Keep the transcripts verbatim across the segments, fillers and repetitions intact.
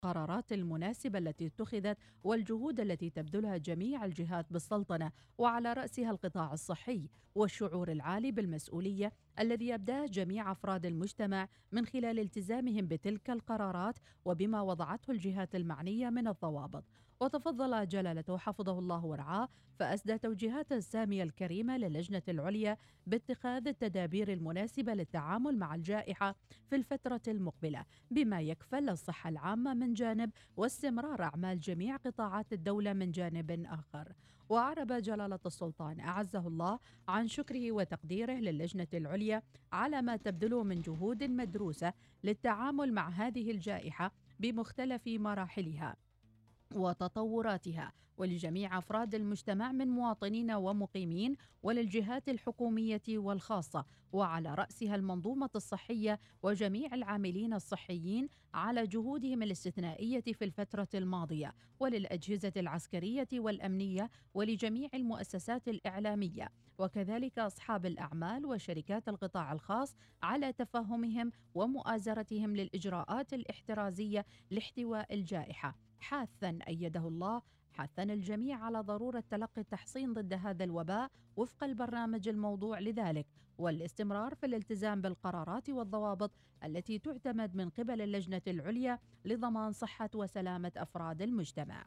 القرارات المناسبة التي اتخذت والجهود التي تبذلها جميع الجهات بالسلطنة، وعلى رأسها القطاع الصحي، والشعور العالي بالمسؤولية الذي يبداه جميع أفراد المجتمع من خلال التزامهم بتلك القرارات وبما وضعته الجهات المعنية من الضوابط. وتفضل جلالته حفظه الله ورعاه فأسدى توجيهات السامية الكريمة للجنة العليا باتخاذ التدابير المناسبة للتعامل مع الجائحة في الفترة المقبلة، بما يكفل الصحة العامة من جانب واستمرار أعمال جميع قطاعات الدولة من جانب آخر. وأعرب جلالة السلطان أعزه الله عن شكره وتقديره للجنة العليا على ما تبذله من جهود مدروسة للتعامل مع هذه الجائحة بمختلف مراحلها وتطوراتها، ولجميع أفراد المجتمع من مواطنين ومقيمين، وللجهات الحكومية والخاصة، وعلى رأسها المنظومة الصحية وجميع العاملين الصحيين على جهودهم الاستثنائية في الفترة الماضية، وللأجهزة العسكرية والأمنية، ولجميع المؤسسات الإعلامية، وكذلك أصحاب الأعمال وشركات القطاع الخاص على تفهمهم ومؤازرتهم للإجراءات الاحترازية لاحتواء الجائحة، حاثا أيده الله حثا الجميع على ضرورة تلقي التحصين ضد هذا الوباء وفق البرنامج الموضوع لذلك، والاستمرار في الالتزام بالقرارات والضوابط التي تعتمد من قبل اللجنة العليا لضمان صحة وسلامة أفراد المجتمع.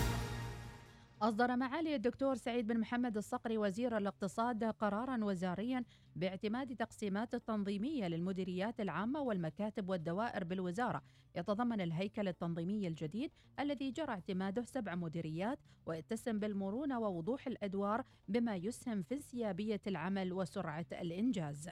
أصدر معالي الدكتور سعيد بن محمد الصقري وزير الاقتصاد قراراً وزارياً باعتماد تقسيمات التنظيمية للمديريات العامة والمكاتب والدوائر بالوزارة، يتضمن الهيكل التنظيمي الجديد الذي جرى اعتماده سبع مديريات ويتسم بالمرونة ووضوح الأدوار بما يسهم في انسيابية العمل وسرعة الإنجاز.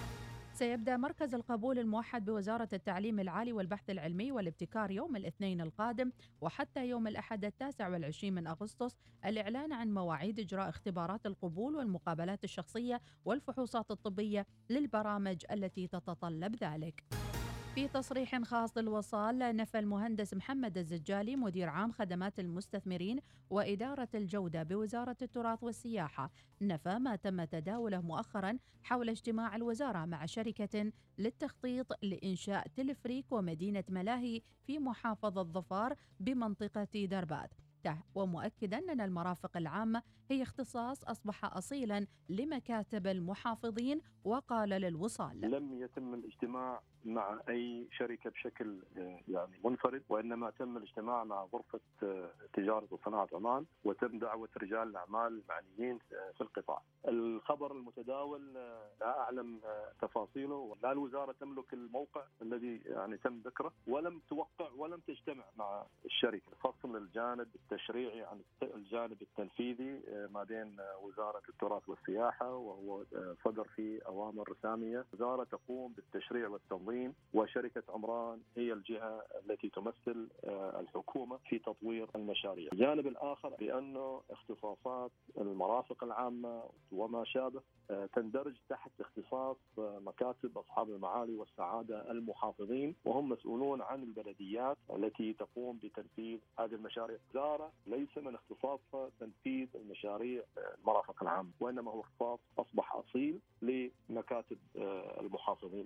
سيبدأ مركز القبول الموحد بوزارة التعليم العالي والبحث العلمي والابتكار يوم الاثنين القادم وحتى يوم الأحد التاسع والعشرين من أغسطس الإعلان عن مواعيد إجراء اختبارات القبول والمقابلات الشخصية والفحوصات الطبية للبرامج التي تتطلب ذلك. في تصريح خاص للوصال، نفى المهندس محمد الزجالي مدير عام خدمات المستثمرين وإدارة الجودة بوزارة التراث والسياحة، نفى ما تم تداوله مؤخرا حول اجتماع الوزارة مع شركة للتخطيط لإنشاء تلفريك ومدينة ملاهي في محافظة ظفار بمنطقة دربات، ومؤكدا أن المرافق العامة هي اختصاص أصبح أصيلا لمكاتب المحافظين. وقال للوصال: لم يتم الاجتماع مع أي شركة بشكل يعني منفرد، وإنما تم الاجتماع مع غرفة تجارة وصناعة عمان، وتم دعوة رجال الأعمال المعنيين في القطاع. الخبر المتداول لا أعلم تفاصيله، ولا الوزارة تملك الموقع الذي يعني تم ذكره، ولم توقع ولم تجتمع مع الشركة. فصل الجانب التشريعي عن الجانب التنفيذي ما بين وزارة التراث والسياحة، وهو صدر فيه أوامر رسامية. وزارة تقوم بالتشريع والتنظيم، وشركة عمران هي الجهة التي تمثل الحكومة في تطوير المشاريع. الجانب الآخر بأنه اختصاصات المرافق العامة وما شابه تندرج تحت اختصاص مكاتب أصحاب المعالي والسعادة المحافظين، وهم مسؤولون عن البلديات التي تقوم بتنفيذ هذه المشاريع. وزارة ليس من اختصاصها تنفيذ المشاريع المرافق العامة، وإنما هو اختصاص أصبح أصيل لمكاتب المحافظين.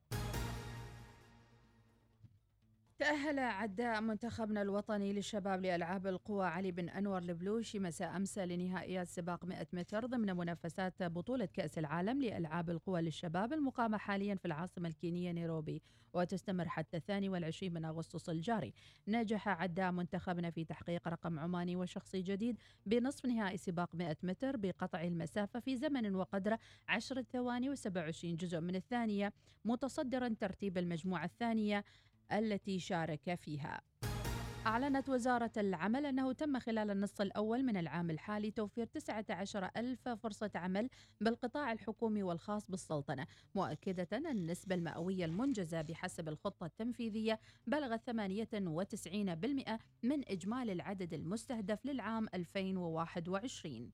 تأهل عداء منتخبنا الوطني للشباب لألعاب القوى علي بن أنور البلوشي مساء أمس لنهائيات سباق مئة متر ضمن منافسات بطولة كأس العالم لألعاب القوى للشباب المقامة حاليا في العاصمة الكينية نيروبي، وتستمر حتى الثاني والعشرين من أغسطس الجاري. نجح عداء منتخبنا في تحقيق رقم عماني وشخصي جديد بنصف نهائي سباق مئة متر بقطع المسافة في زمن وقدره عشر ثواني وسبع وعشرين جزء من الثانية، متصدرا ترتيب المجموعة الثانية التي شارك فيها. أعلنت وزارة العمل أنه تم خلال النصف الأول من العام الحالي توفير تسعة عشر ألف فرصة عمل بالقطاع الحكومي والخاص بالسلطنة، مؤكدة أن النسبة المئوية المنجزة بحسب الخطة التنفيذية بلغت ثمانية وتسعين بالمئة من إجمالي العدد المستهدف للعام ألفين وواحد وعشرين.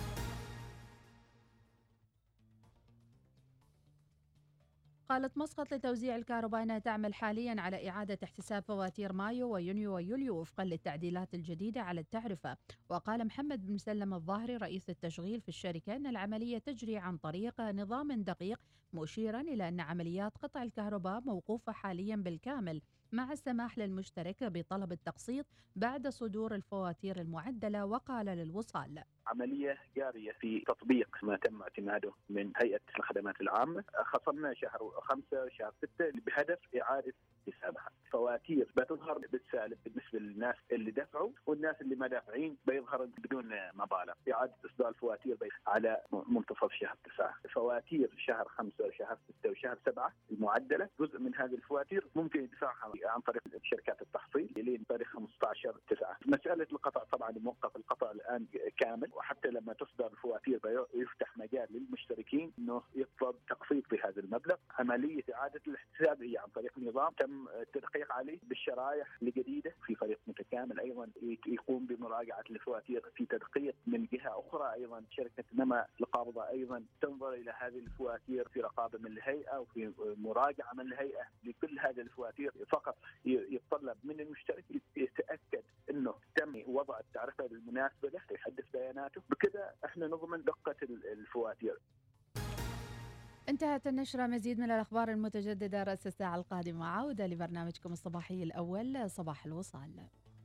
قالت مسقط لتوزيع الكهرباء أنها تعمل حاليا على إعادة احتساب فواتير مايو ويونيو ويوليو وفقا للتعديلات الجديدة على التعرفة. وقال محمد بن مسلم الظاهري رئيس التشغيل في الشركة أن العملية تجري عن طريق نظام دقيق، مشيرا إلى أن عمليات قطع الكهرباء موقوفة حاليا بالكامل، مع السماح للمشترك بطلب التقسيط بعد صدور الفواتير المعدلة. وقال للوصال: عملية جارية في تطبيق ما تم اعتماده من هيئة الخدمات العامة. خصمنا شهر خمسة وشهر ستة بهدف إعادة حسابها. فواتير بتظهر بالسالب بالنسبة للناس اللي دفعوا، والناس اللي ما دافعين بيظهر بدون مبالغ. إعادة إصدار الفواتير على منتصف شهر تسعة. فواتير شهر خمسة وشهر ستة وشهر سبعة المعدلة، جزء من هذه الفواتير ممكن يدفعها عن طريق شركات التحصيل إلى تاريخ خمسة عشر تسعة. مسألة القطع طبعا موقف القطع الآن كامل، وحتى لما تصدر الفواتير يفتح مجال للمشتركين انه يطلب تقسيط بهذا المبلغ. عمليه اعاده الاحتساب هي عن طريق نظام تم التدقيق عليه بالشرائح الجديده، في فريق متكامل ايضا يقوم بمراجعه الفواتير في تدقيق من جهه اخرى. ايضا شركه نما القابضه ايضا تنظر الى هذه الفواتير في رقابه من الهيئه وفي مراجعه من الهيئه لكل هذه الفواتير. فقط يتطلب من المشترك يتاكد انه تم وضع التعرفه المناسبه له، يحدث بياناته، بكذا احنا نضمن دقة الفواتير. انتهت النشرة. مزيد من الأخبار المتجددة رأس الساعة القادمة. عودة لبرنامجكم الصباحي الأول، صباح الوصال.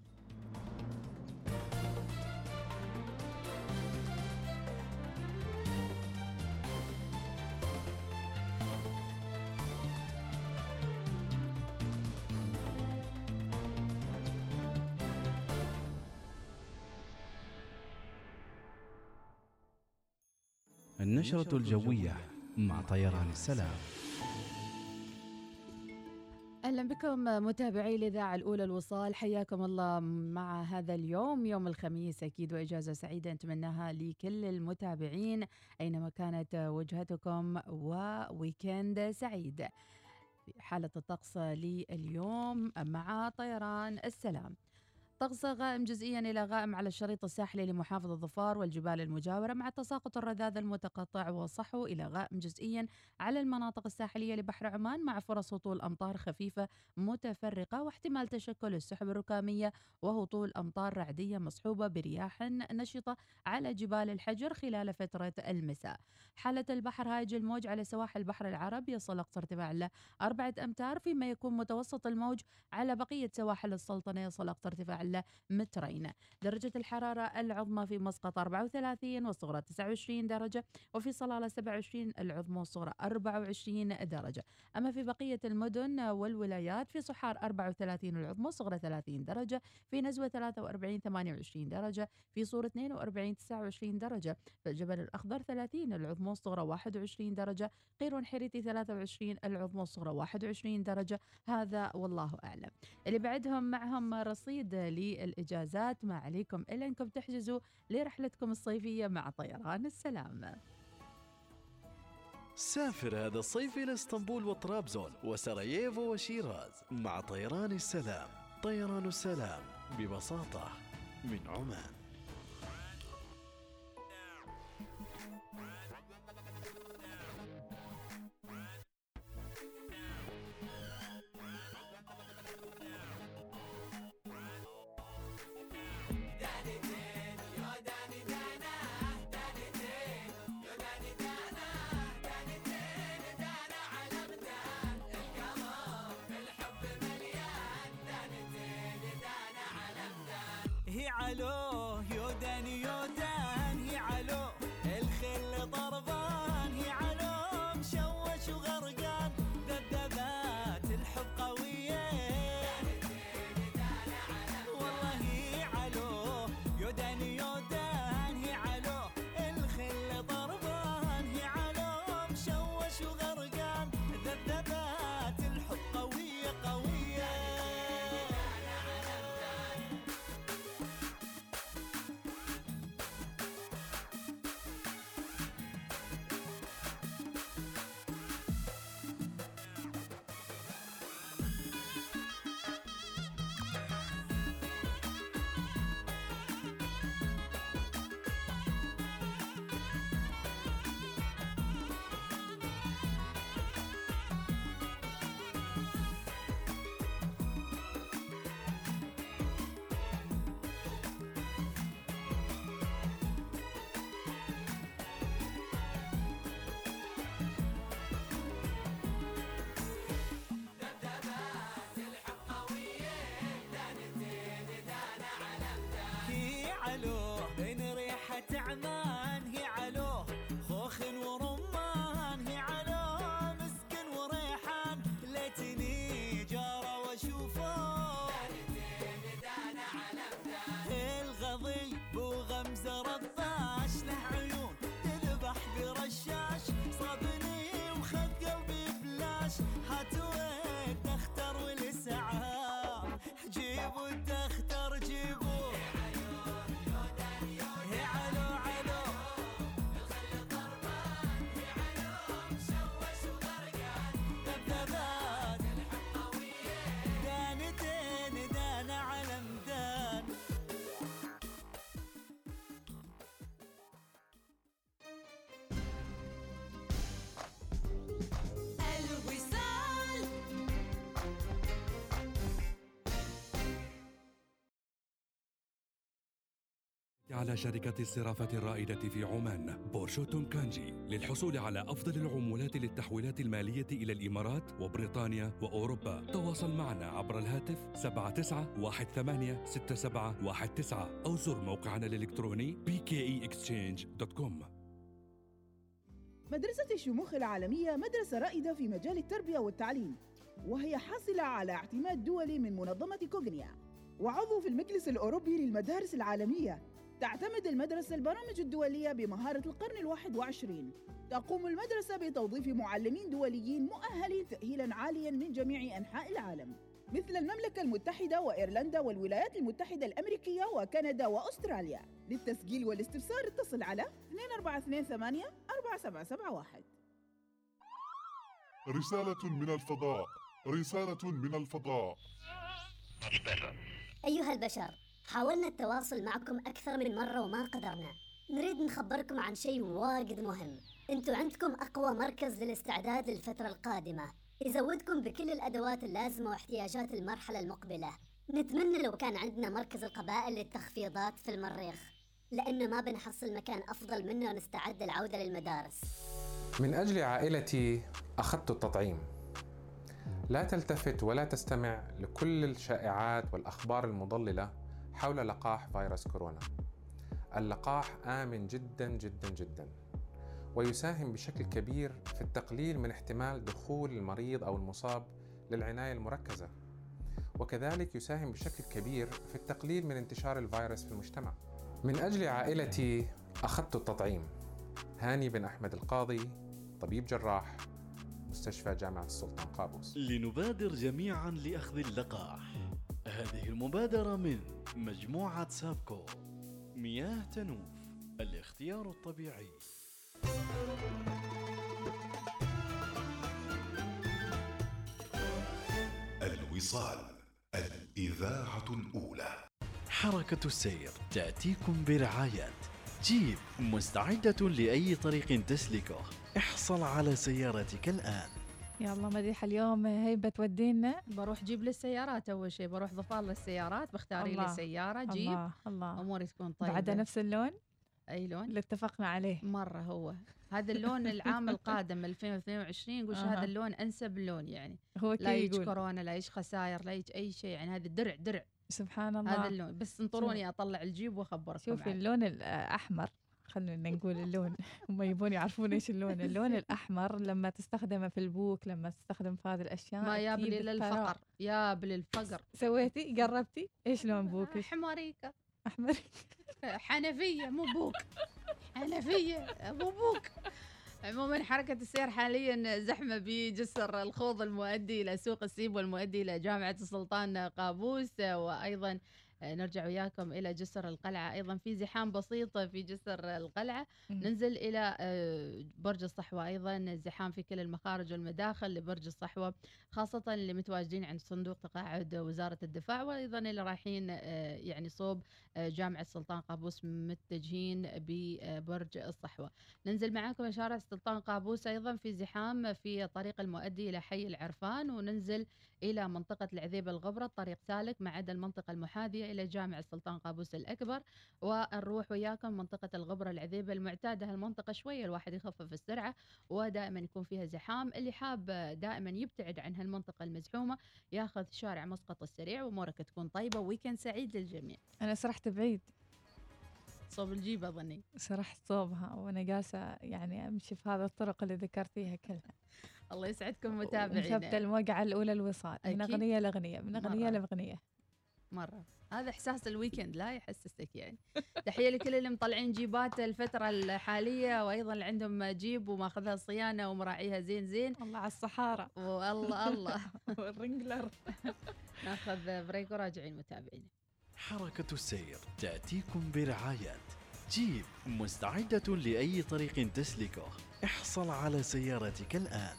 النشرة الجوية مع طيران السلام. أهلا بكم متابعي الإذاعة الأولى الوصال، حياكم الله مع هذا اليوم، يوم الخميس أكيد، وإجازة سعيدة نتمناها لكل المتابعين أينما كانت وجهتكم، وويكند سعيد. حالة الطقس لليوم مع طيران السلام: طقس غائم جزئيا إلى غائم على الشريط الساحلي لمحافظة ظفار والجبال المجاورة، مع تساقط الرذاذ المتقطع وصحو إلى غائم جزئيا على المناطق الساحلية لبحر عمان، مع فرص هطول أمطار خفيفة متفرقة واحتمال تشكل السحب الركامية وهطول أمطار رعدية مصحوبة برياح نشطة على جبال الحجر خلال فترة المساء. حالة البحر هايج الموج على سواحل البحر العربي يصل أقصى ارتفاع له أربعة أمتار، فيما يكون متوسط الموج على بقية سواحل السلطنة يصل أقصى ارتفاع مترين. درجة الحرارة العظمى في مسقط أربعة وثلاثين والصغرى تسعة وعشرين درجة، وفي صلالة سبعة وعشرين العظمى والصغرى أربعة وعشرين درجة. أما في بقية المدن والولايات، في صحار أربعة وثلاثين العظمى والصغرى ثلاثين درجة، في نزوة ثلاثة وأربعين ثمانية وعشرين درجة، في صور اثنين وأربعين تسعة وعشرين درجة، في الجبل الأخضر ثلاثين العظمى والصغرى واحد وعشرين درجة، قيرون حريتي ثلاثة وعشرين العظمى والصغرى واحد وعشرين درجة. هذا والله أعلم. اللي بعدهم معهم رصيد للإجازات، ما عليكم إلا أنكم تحجزوا لرحلتكم الصيفية مع طيران السلام. سافر هذا الصيف إلى اسطنبول وطرابزون وسراييفو وشيراز مع طيران السلام. طيران السلام، ببساطة من عمان. هي علو يودان يودان، هي علو الخل طربان، هي علو مشوش وغرقان، ذبذبات الحب قوية، والله هي علو يودان يودان، هي علو الخل طربان، هي علو مشوش وغرقان، ذبذبات الحب قوية قوية. نعمان هي علوه خوخ ورمان هي علوه مسك وريحان ليتني جارة واشوفه الغضي بوغمزة رطاش له عيون تذبح برشاش صابني وخذ قلبي بلاش هاتوا التختر والسعاب جيبوا التختر جيبوا هي علو علو ذبذبات دانتين دان على مدان الوصال. على شركة الصرافة الرائدة في عمان بورشوتون كانجي للحصول على أفضل العمولات للتحويلات المالية إلى الإمارات وبريطانيا وأوروبا. تواصل معنا عبر الهاتف سبعة تسعة واحد ثمانية ستة سبعة واحد تسعة أو زر موقعنا الإلكتروني بي كي إي إكسشينج دوت كوم. مدرسة الشموخ العالمية مدرسة رائدة في مجال التربية والتعليم، وهي حاصلة على اعتماد دولي من منظمة كوغنيا وعضو في المجلس الأوروبي للمدارس العالمية. تعتمد المدرسة البرامج الدولية بمهارة القرن الواحد وعشرين. تقوم المدرسة بتوظيف معلمين دوليين مؤهلين تأهيلاً عالياً من جميع أنحاء العالم، مثل المملكة المتحدة وإيرلندا والولايات المتحدة الأمريكية وكندا وأستراليا. للتسجيل والاستفسار اتصل على اثنين أربعة اثنين ثمانية أربعة سبعة سبعة واحد. رسالة من الفضاء، رسالة من الفضاء. أيها البشر، حاولنا التواصل معكم أكثر من مرة وما قدرنا. نريد نخبركم عن شيء واجد مهم. انتوا عندكم أقوى مركز للاستعداد للفترة القادمة، يزودكم بكل الأدوات اللازمة واحتياجات المرحلة المقبلة. نتمنى لو كان عندنا مركز القبائل للتخفيضات في المريخ، لأنه ما بنحصل مكان أفضل منه ونستعد للعودة للمدارس. من أجل عائلتي أخذت التطعيم. لا تلتفت ولا تستمع لكل الشائعات والأخبار المضللة حول لقاح فيروس كورونا. اللقاح آمن جدا جدا جدا، ويساهم بشكل كبير في التقليل من احتمال دخول المريض أو المصاب للعناية المركزة، وكذلك يساهم بشكل كبير في التقليل من انتشار الفيروس في المجتمع. من أجل عائلتي أخذت التطعيم. هاني بن أحمد القاضي، طبيب جراح، مستشفى جامعة السلطان قابوس. لنبادر جميعا لأخذ اللقاح. هذه المبادرة من مجموعة سابكو. مياه تنوف، الاختيار الطبيعي. الوصال، الإذاعة الأولى. حركة السير تأتيكم برعاية جيب، مستعدة لأي طريق تسلكه. احصل على سيارتك الآن. يلا مديحة، اليوم هي بتودينا. بروح جيب للسيارات. أول شيء بروح ظفار للسيارات، بختاري لي سيارة جيب. الله الله. أموري تكون طيبة. بعدها نفس اللون؟ أي لون؟ اللي اتفقنا عليه مرة هو هذا اللون العام القادم ألفين واثنين وعشرين. يقول أه. هذا اللون أنسب لون، يعني هو لا يجي يقول. كورونا، لا يجي خسائر، لا يجي أي شيء، يعني هذا الدرع درع. سبحان الله. هذا اللون بس انطروني أطلع الجيب وأخبركم. شوفي اللون الأحمر، خلونا نقول اللون هم يبون يعرفون ايش اللون. اللون الأحمر لما تستخدمه في البوك، لما تستخدم في هذه الأشياء ما يابلي للفقر، يابلي للفقر. سويتي قربتي ايش لون بوك؟ حماريكا. أحمر. حنفية مو بوك، حنفية مو بوك. عموما حركة السير حاليا زحمة بجسر الخوض المؤدي إلى سوق السيب والمؤدي إلى جامعة السلطان قابوس، وأيضا نرجع وياكم إلى جسر القلعة. أيضا في زحام بسيط في جسر القلعة. ننزل إلى برج الصحوة، أيضا زحام في كل المخارج والمداخل لبرج الصحوة، خاصة اللي متواجدين عند صندوق تقاعد وزارة الدفاع، وأيضا اللي رايحين يعني صوب جامعة السلطان قابوس متجهين ببرج الصحوة. ننزل معاكم شارع السلطان قابوس، أيضا في زحام في طريق المؤدي إلى حي العرفان، وننزل إلى منطقة العذيبة الغبرة، الطريق سالك ما عدا المنطقة المحاذية إلى جامع السلطان قابوس الأكبر. ونروح وياكم منطقة الغبرة العذيبة المعتادة، هالمنطقة شوية الواحد يخفف السرعة ودائما يكون فيها زحام. اللي حاب دائما يبتعد عن هالمنطقة المزحومة ياخذ شارع مسقط السريع، وأمورك تكون طيبة. ويكند سعيد للجميع. أنا سرحت بعيد. صوب الجيبة ظني. سرحت صوبها وأنا جالسة يعني أمشي في هذا الطرق اللي ذكرتيها كلها. الله يسعدكم متابعينا. مثبت الموقعة الأولى الوصال، من أكيد. أغنية لأغنية، من أغنية لأغنية. مرة هذا إحساس الويكند لا يحسسك يعني. تحية لكل اللي مطلعين جيبات الفترة الحالية، وأيضا اللي عندهم جيب وماخذها صيانة ومراعيها زين زين. الله على الصحارى. والله الله. والرنجلر. ناخذ بريك وراجعين متابعين. حركة السير تأتيكم برعاية جيب، مستعدة لأي طريق تسلكه. احصل على سيارتك الآن.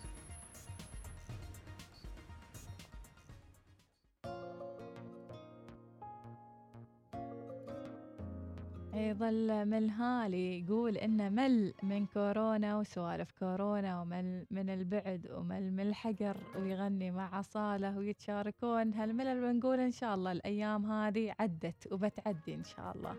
يظل ملهالي يقول إنه مل من كورونا وسوالف كورونا، ومل من البعد ومل من الحجر، ويغني مع صالة ويتشاركون هالملل، ونقول إن شاء الله الأيام هذه عدت وبتعدي إن شاء الله.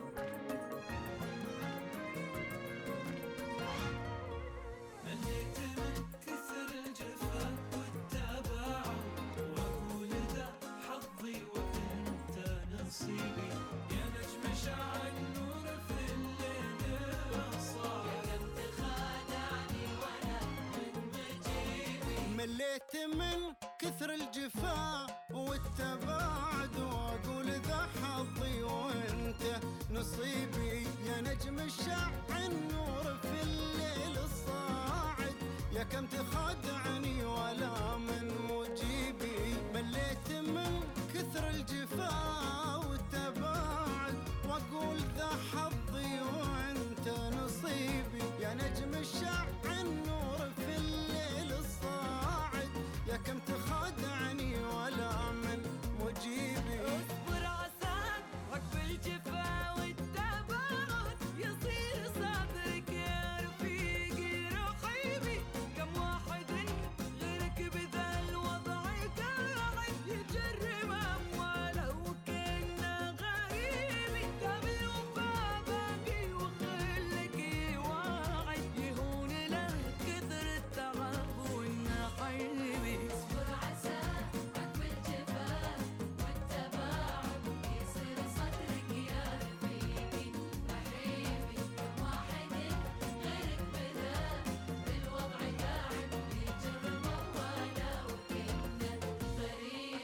مليت من كثر الجفا والتباعد، واقول ذا حظي وانت نصيبي، يا نجم الشع النور في الليل الصاعد، يا كم تخادعني ولا من مجيبي. مليت من كثر الجفا والتباعد، واقول ذا حظي وانت نصيبي، يا نجم الشع النور في الليل الصاعد، يا كم تخادعني ولا من مجيبي. اصبر عساك عقب الجفا والتباعد، يصير صدرك يا رفيقي رحيبي، كم واحد غيرك بذا الوضع قاعد يجرب امواله وكأنه غريبي، قبل وفا باقي وخلك يواعد، يهون له كثر التعب والنحيبي. اصبر عساك عقب الجفا والتباعد، يصير صدرك يا رفيقي رحيبي، كم واحد غيرك بذا بالوضع قاعد يجرب امواله وكأنه غريبي.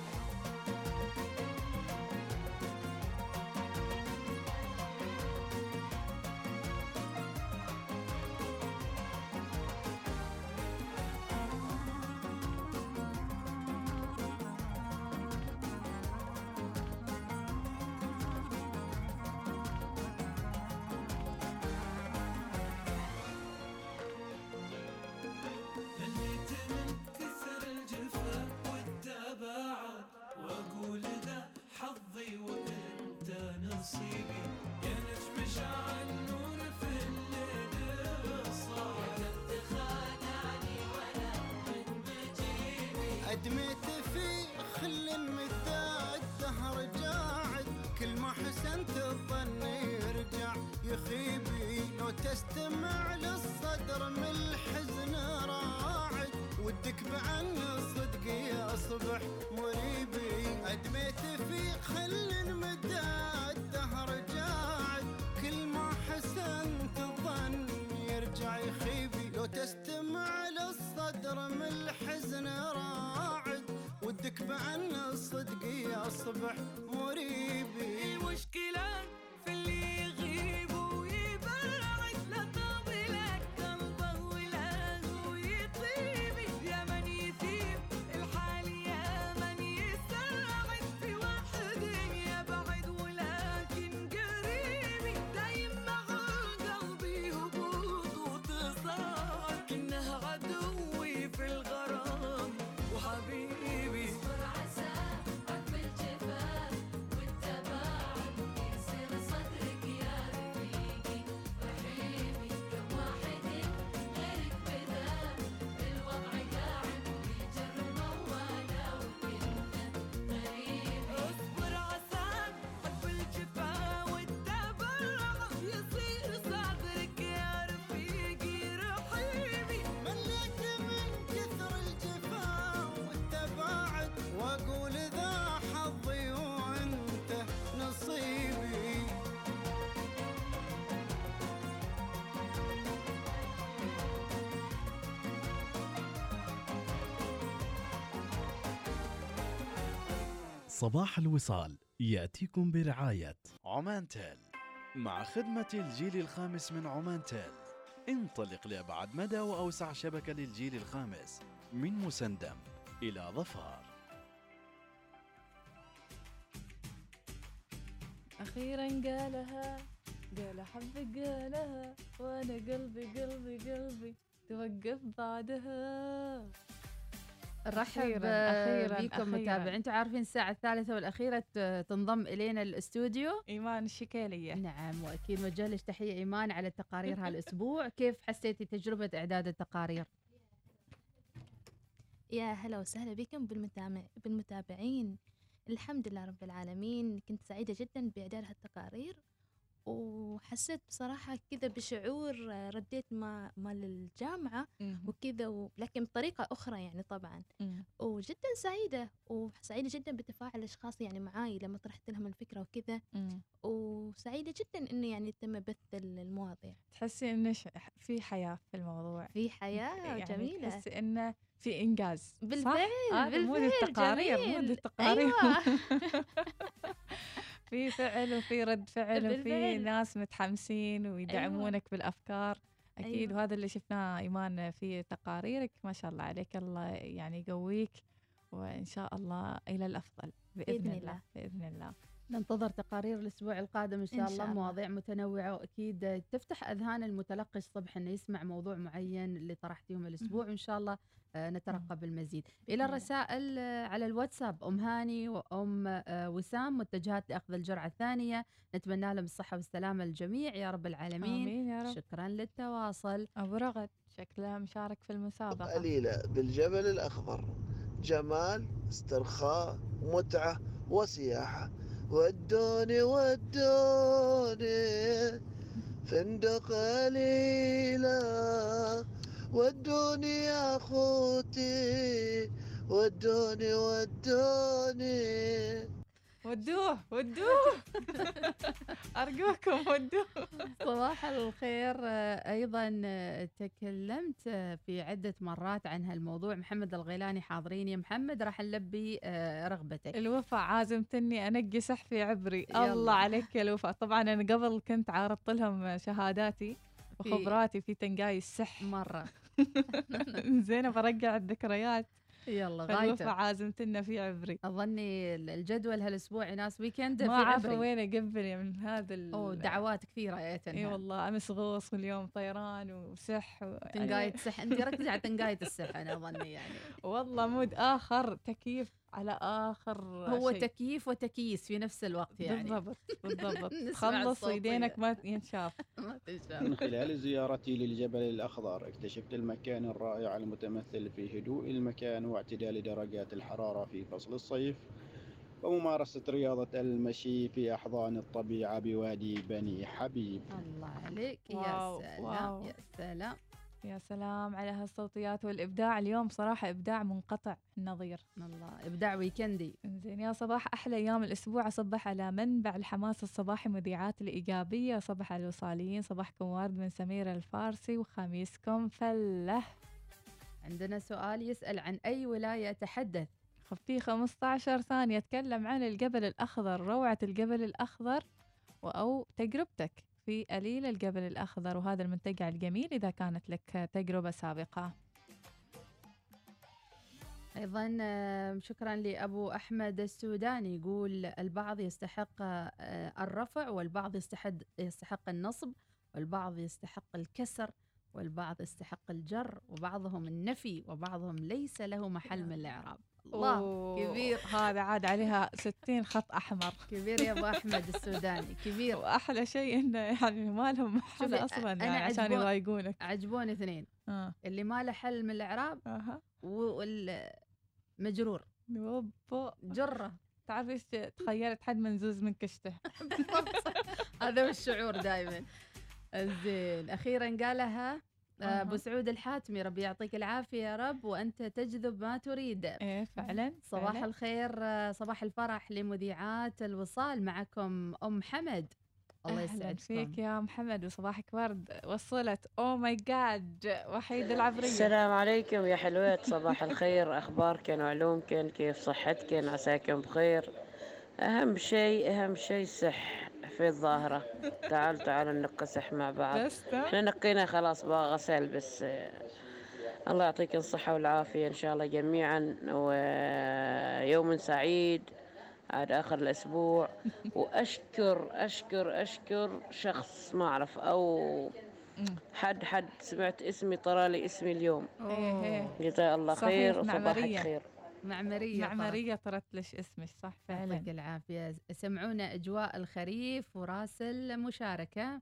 مليت من كثر الجفا والتباعد، واقول ذا حظي وانت نصيبي، يا نجم شع النور في الليل الصاعد، يا كم تخادعني ولا من مجيبي. ادميت في خل مدة الدهر قاعد، كل ما حسنت الظن يرجع يخيبي، لو تستمع للصدر من الحزن راعد، ودك بعن صدق يصبح مريبي. ادميت في خل مدى الدهر قاعد، كل ما حسنت الظن يرجع يخيبي، لو تستمع للصدر من الحزن راعد، ودك بعن الصدق يصبح مريبي. المشكلة في اللي يغيب ويبعد، لا طابي لك قلبه ولا هو يطيبي، يا من يثيب الحال يا من يساعد، في واحد يبعد ولكن قريبي، دايم مع قلبي هبوط وتصاعد، كنه عدوي في الغرام وحبيبي. اصبر عساك عقب الجفا صباح الوصال يأتيكم برعاية عمان تيل. مع خدمة الجيل الخامس من عمان تيل، انطلق لأبعد مدى وأوسع شبكة للجيل الخامس من مسندم إلى ظفار. أخيرا قالها، قال حبك قالها، وأنا قلبي قلبي قلبي توقف بعدها. نرحب أخيراً بكم أخيراً. متابعين. انتم عارفين الساعة الثالثة والأخيرة ت- تنضم إلينا الاستوديو إيمان الشكالية. نعم، وأكيد نوجه لك تحية إيمان على التقارير هالأسبوع. كيف حسيتي تجربة إعداد التقارير؟ يا هلا وسهلا بكم بالمتابع بالمتابعين. الحمد لله رب العالمين، كنت سعيدة جدا بإعداد هالتقارير، وحسيت بصراحة كذا بشعور رديت ما مال الجامعة وكذا و... لكن بطريقة أخرى يعني طبعا. مم. وجدا سعيدة وسعيدة جدا بتفاعل الأشخاص يعني معاي لما طرحت لهم الفكرة وكذا. مم. وسعيدة جدا إنه يعني تم بث المواضيع. تحسي إنه ش- في حياة في الموضوع، في حياة يعني جميلة. تحسي إنه في إنجاز. بالفعل هذا مود بالفعل التقارير، جميل. مود التقارير. أيوة. في فعل وفي رد فعل وفي بالفعل. ناس متحمسين ويدعمونك بالأفكار أكيد. أيوة. وهذا اللي شفناه إيمان في تقاريرك، ما شاء الله عليك، الله يعني يقويك وإن شاء الله إلى الأفضل بإذن, بإذن الله. الله. بإذن الله. ننتظر تقارير الأسبوع القادم إن شاء, إن الله. شاء الله. مواضيع متنوعة وأكيد تفتح أذهان المتلقي الصبح أنه يسمع موضوع معين اللي طرحتيهم الأسبوع، وإن شاء الله آه، نترقب المزيد. إلى الله. الرسائل آه، على الواتساب، أم هاني وأم آه، وسام متجهات لأخذ الجرعة الثانية، نتمنى لهم الصحة والسلامة للجميع يا رب العالمين. آمين يا رب. شكرا للتواصل. أبو رغد شكلها مشارك في المسابقة. قليلة بالجبل الأخضر، جمال، استرخاء، متعة وسياحة. ودوني ودوني فندق قليلة، ودوني يا أخوتي، ودوني ودوني ودوه ودوه أرجوكم ودوه. صباح الخير. آه، أيضا آه، تكلمت آه، في عدة مرات عن هالموضوع. محمد الغيلاني حاضرين يا محمد، راح نلبي آه، رغبتك. الوفاء عازمتني أنقي سحفي عبري. يلا. الله عليك يا الوفاء. طبعا أنا قبل كنت عارضت لهم شهاداتي في- وخبراتي في تنقاي السح مرة. زين برجع الذكريات. يلا فالوفاء غايته. عازمتنا في عبري. أظني الجدول هالأسبوع ناس ويكند في ما عارفة عبري. وين أقبل من هذا ال أوه دعوات كثيرة يا اي تنها. والله، امس غوص واليوم طيران وسح و... تنقاية السح، أنت ركزي على تنقاية السح أنا أظني يعني. والله مود اخر، تكييف على اخر هو شيء. تكييف وتكييس في نفس الوقت يعني. بالضبط بالضبط. نسمع تخلص الصوتية. يدينك ما ينشاف. ما تنشاف. من خلال زيارتي للجبل الأخضر اكتشفت المكان الرائع المتمثل في هدوء المكان واعتدال درجات الحرارة في فصل الصيف، وممارسة رياضة المشي في أحضان الطبيعة بوادي بني حبيب. الله عليك. يا واو، سلام واو. يا سلام. يا سلام على هالصوتيات والابداع اليوم، صراحه ابداع منقطع النظير. الله إبداع ويكندي. زين، يا صباح احلى ايام الاسبوع. اصبح على منبع الحماس الصباحي مذيعات الايجابيه، صباح على الوصاليين، صباحكم وارد من سميره الفارسي وخميسكم فله. عندنا سؤال يسأل عن أي ولاية تحدث. في خمسة عشر ثانيه. تكلم عن الجبل الاخضر، روعه الجبل الاخضر او تجربتك في قليل الجبل الأخضر وهذا المنتجع الجميل إذا كانت لك تجربة سابقة. أيضا آه، شكرا لأبو أحمد السوداني، يقول البعض يستحق آه، الرفع، والبعض يستحق يستحق النصب، والبعض يستحق الكسر، والبعض يستحق الجر، وبعضهم النفي، وبعضهم ليس له محل من الإعراب. الله أوه، كبير. هذا عاد عليها ستين خط أحمر. كبير يا أبو أحمد السوداني كبير. وأحلى شيء إنه يعني ما لهم محل شوفي، أصلا أنا يعني عشان عجبون- يضايقونك. عجبوني اثنين، آه. اللي ما له حل من الإعراب أها. والمجرور يوبا. جرة. تعرفي ايش تخيلت؟ حد منزوز من كشته. هذا هو الشعور دائما. زين، أخيرا قالها آه، أبو سعود الحاتمي، ربي يعطيك العافية يا رب، وأنت تجذب ما تريد. إيه فعلا. صباح فعلاً. الخير، آه، صباح الفرح لمذيعات الوصال، معكم أم حمد. الله أهلا يسعدكم. فيك يا محمد وصباحك ورد. وصلت أوه ماي جاد وحيد العبرية. السلام عليكم يا حلوات، صباح الخير، أخباركن وعلومكن، كيف صحتكن؟ عساكم بخير. أهم شيء أهم شيء صح في الظاهرة. تعال تعال نكسح مع بعض. احنا نقينا خلاص بقى غسل بس. الله يعطيك الصحة والعافية إن شاء الله جميعا، ويوم سعيد عاد آخر الأسبوع. وأشكر أشكر أشكر شخص ما أعرف أو حد حد سمعت اسمي طرالي اسمي اليوم. جزاه الله خير وصباحك خير. معمرية معمرية طرت لش اسمك صح فعلا. يعطيك العافية. سمعونا أجواء الخريف وراسل مشاركة.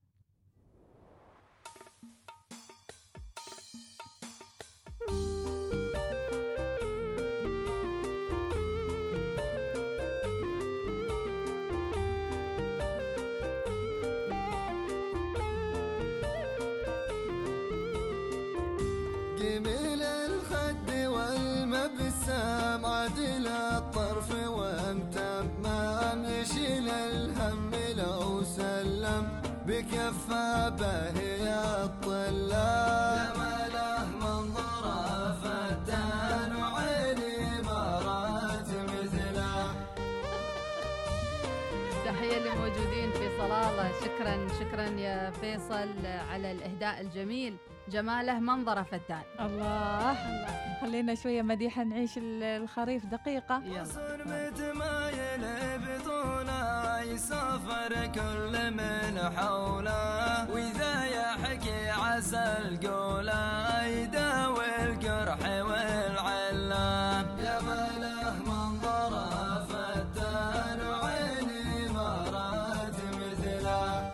جميل الخد والمبسام عدل الطرف وامتم ما يشيل الهم لو سلم بكفه بهي الطلاب جماله منظره فتان وعيني مرات مثله. تحية للموجودين في صلالة. شكرا شكرا يا فيصل على الإهداء الجميل. جماله منظره فتان. الله الله. خلينا شوية مديحة نعيش الخريف دقيقة. يلا. ما ينبضونا يسافر كل من حوله وإذا يحكي عسى القولة يداوي القرح والعلام جماله منظره فتان وعيني مرات مثله.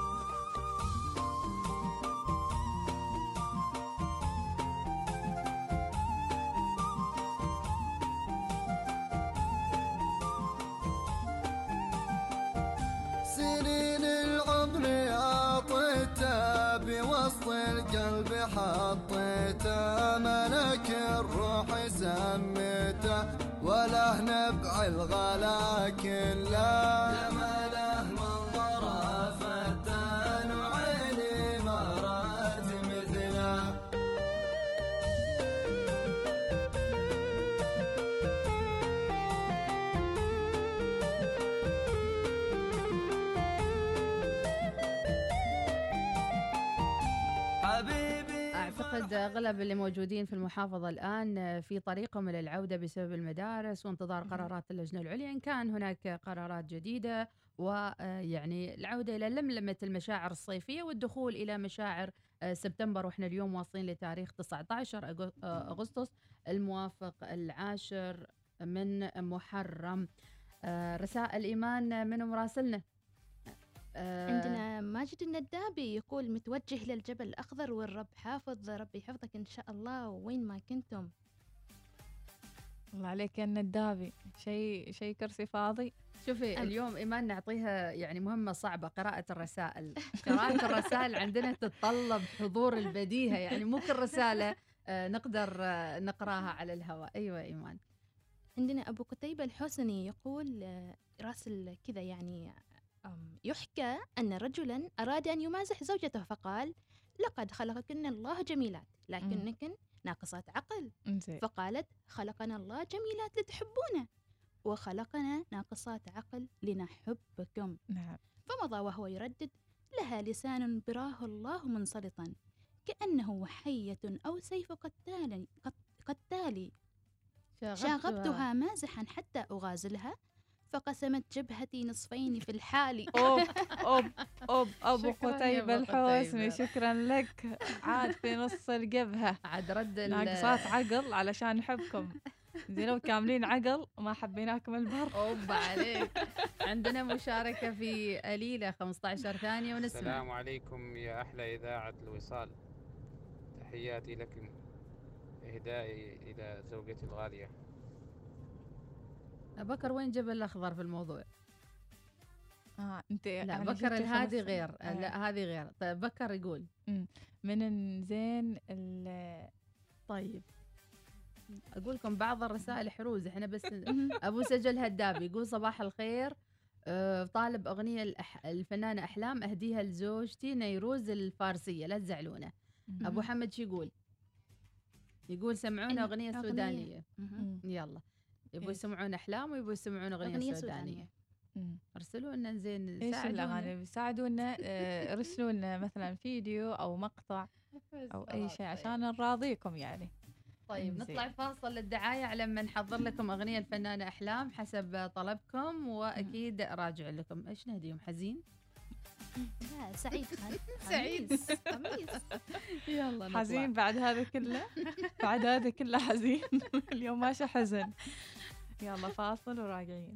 سنين العمر عطيته بوسط القلب حطيته ملك الروح سميته وله نبع الغلا كله جماله منظره فتان وعيني مرات مثله. أعتقد أغلب اللي موجودين في المحافظة الآن في طريقهم إلى العودة بسبب المدارس وانتظار قرارات اللجنة العليا إن كان هناك قرارات جديدة، ويعني العودة إلى لملمة المشاعر الصيفية والدخول إلى مشاعر سبتمبر. وإحنا اليوم واصلين لتاريخ تسعة عشر أغسطس الموافق العاشر من محرم. رسائل إيمان من مراسلنا. عندنا ماجد الندابي يقول متوجه للجبل الأخضر والرب حافظ، ربي يحفظك إن شاء الله وين ما كنتم. الله عليك يا الندابي، شيء شيء كرسي فاضي. شوفي اليوم إيمان نعطيها يعني مهمة صعبة، قراءة الرسائل. قراءة الرسائل عندنا تتطلب حضور البديهة، يعني مو كل رسالة نقدر نقراها على الهواء. أيوة إيمان. عندنا أبو قتيبة الحسني يقول راسل كذا يعني يحكى أن رجلا أراد أن يمازح زوجته فقال لقد خلقكن الله جميلات لكنكن ناقصات عقل. فقالت خلقنا الله جميلات لتحبونا وخلقنا ناقصات عقل لنحبكم. نعم. فمضى وهو يردد لها لسان براه الله منسلطا كأنه حية أو سيف قتال قتالي شاغبتها مازحا حتى أغازلها فقسمت جبهتي نصفين في الحال. أوب أوب أوب أبو قتيبة الحوسني شكرا لك. عاد في نص الجبهة عاد رد ناقصات عقل علشان نحبكم. زين لو كاملين عقل ما حبيناكم البر. أوب عليك. عندنا مشاركة في قليلة خمسة عشر ثانية ونسمع. السلام عليكم يا أحلى إذاعة الوصال، تحياتي لكم، إهدائي إلى زوجتي الغالية. بكر وين جبل الأخضر في الموضوع؟ آه أنت لا بكر الهادي غير. آه. لا هذه غير. طيب بكر يقول من زين ال طيب أقول لكم بعض الرسائل حروز إحنا بس. أبو سجل هدابي يقول صباح الخير، أه طالب أغنية الأح... الفنانة أحلام أهديها لزوجتي نيروز الفارسية لا تزعلونه. أبو حمد شو يقول؟ يقول سمعونا أغنية سودانية. يلا يبغوا يسمعون أحلام ويبغوا يسمعون أغنية, أغنية سودانية. سودانية. ارسلوا لنا زين ايش الاغاني ساعدونا آه، ارسلوا لنا مثلا فيديو او مقطع او اي شيء عشان نراضيكم يعني. طيب نطلع فاصل للدعايه على ما نحضر لكم اغنيه الفنانه احلام حسب طلبكم، واكيد راجع لكم. ايش نهديهم؟ حزين؟ لا سعيد خالد. سعيد خميس. يلا نطلع. حزين بعد هذا كله؟ بعد هذا كله حزين؟ اليوم ماشي حزن. يلا فاصل وراجعين.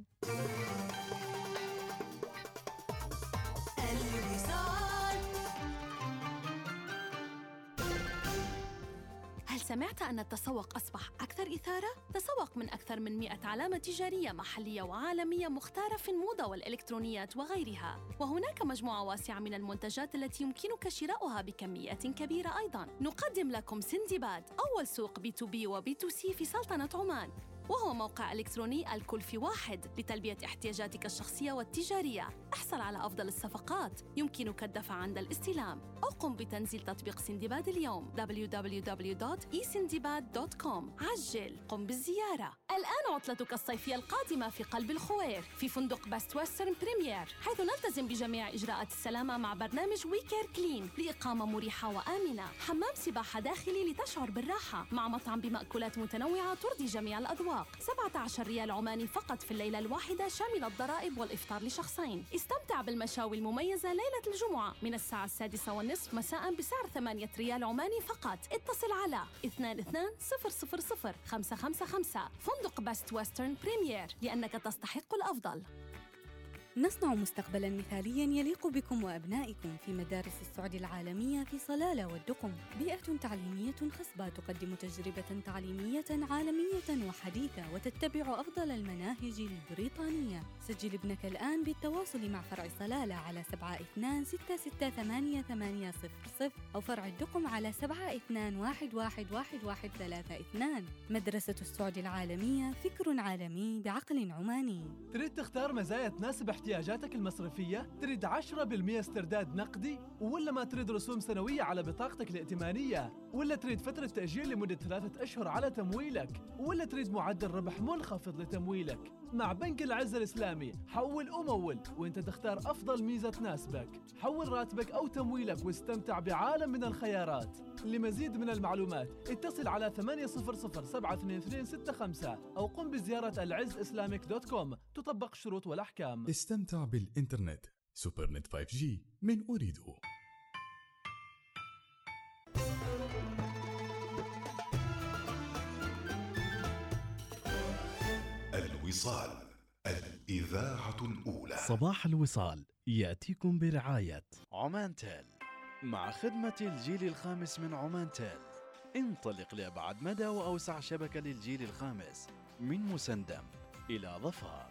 هل سمعت أن التسوق أصبح أكثر إثارة؟ تسوق من أكثر من مئة علامة تجارية محلية وعالمية مختارة في الموضة والإلكترونيات وغيرها، وهناك مجموعة واسعة من المنتجات التي يمكنك شراؤها بكميات كبيرة أيضاً. نقدم لكم سندباد، أول سوق بي تو بي وبي تو سي في سلطنة عمان، وهو موقع إلكتروني الكل في واحد لتلبية احتياجاتك الشخصية والتجارية. احصل على أفضل الصفقات، يمكنك الدفع عند الاستلام، أو قم بتنزيل تطبيق سندباد اليوم دبليو دبليو دبليو دوت إي سندباد دوت كوم. عجل، قم بالزيارة. الآن عطلتك الصيفية القادمة في قلب الخوير في فندق باست ويسترن بريمير، حيث نلتزم بجميع إجراءات السلامة مع برنامج ويكير كلين لإقامة مريحة وآمنة، حمام سباحة داخلي لتشعر بالراحة، مع مطعم بمأكولات متنوعة ترضي جميع الأذواق. سبعة عشر ريال عماني فقط في الليلة الواحدة شامل الضرائب والإفطار لشخصين. استمتع بالمشاوي المميزة ليلة الجمعة من الساعة السادسة والنصف مساء بسعر ثمانية ريال عماني فقط. اتصل على اثنين اثنين صفر صفر صفر خمسة خمسة خمسة. فندق باست ويسترن بريمير، لأنك تستحق الأفضل. نصنع مستقبلاً مثالياً يليق بكم وأبنائكم في مدارس السعودي العالمية في صلالة والدقم. بيئة تعليمية خصبة تقدم تجربة تعليمية عالمية وحديثة وتتبع أفضل المناهج البريطانية. سجل ابنك الآن بالتواصل مع فرع صلالة على سبعة اثنين ستة ستة ثمانية ثمانية صفر صفر أو فرع الدقم على سبعة اثنين واحد واحد واحد واحد ثلاثة اثنين. مدرسة السعودي العالمية، فكر عالمي بعقل عماني. تريد تختار مزايا تناسب احتياجاتك المصرفية؟ تريد عشرة بالمئة استرداد نقدي؟ ولا ما تريد رسوم سنوية على بطاقتك الائتمانية؟ ولا تريد فترة تأجيل لمدة ثلاثة أشهر على تمويلك؟ ولا تريد معدل ربح منخفض لتمويلك؟ مع بنك العز الإسلامي حول ومول، وانت تختار أفضل ميزة تناسبك. حول راتبك أو تمويلك واستمتع بعالم من الخيارات. لمزيد من المعلومات اتصل على ثمانية صفر صفر سبعة اثنين اثنين ستة خمسة أو قم بزيارة العز إسلاميك دوت كوم. تطبق الشروط والأحكام. استمتع بالإنترنت سوبر نت خمسة جي من أريدو. الوصال، الإذاعة الأولى. صباح الوصال يأتيكم برعاية عمان تيل، مع خدمة الجيل الخامس من عمان تيل. انطلق لأبعد مدى وأوسع شبكة للجيل الخامس من مسندم إلى ظفار.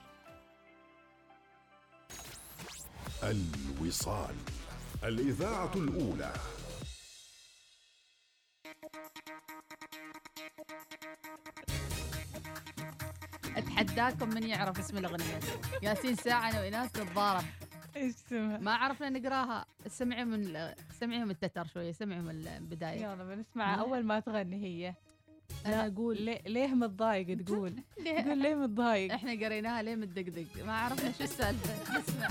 الوصال، الإذاعة الأولى. اتحداكم من يعرف اسم الاغنيه. ياسين ساعه انا وإناس نتضارب. ايش اسمها؟ ما عرفنا نقراها. سمعي من سمعي من التتر شويه، سمعي من البدايه. يلا بنسمعها اول ما تغني هي. انا اقول ليه, ليه متضايق تقول؟ تقول ليه متضايق؟ احنا قريناها ليه متدقدق، ما عرفنا شو السالفه. اسمع.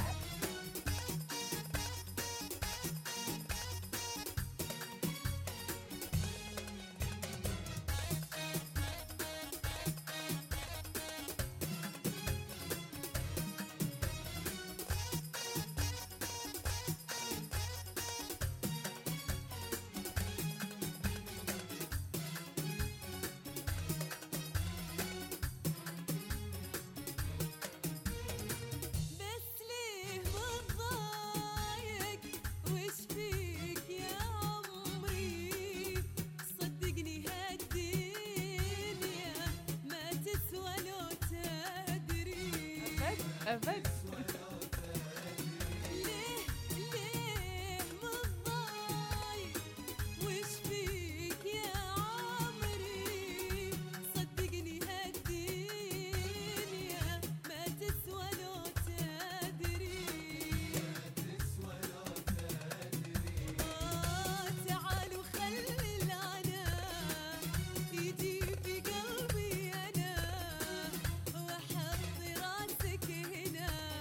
أبد. ليه ليه متضايق وش فيك يا عمري؟ صدقني هالدنيا ما تسوى لو تدري. آه تعال وخلي العنا يجي في قلبي أنا، وحط راسك هنا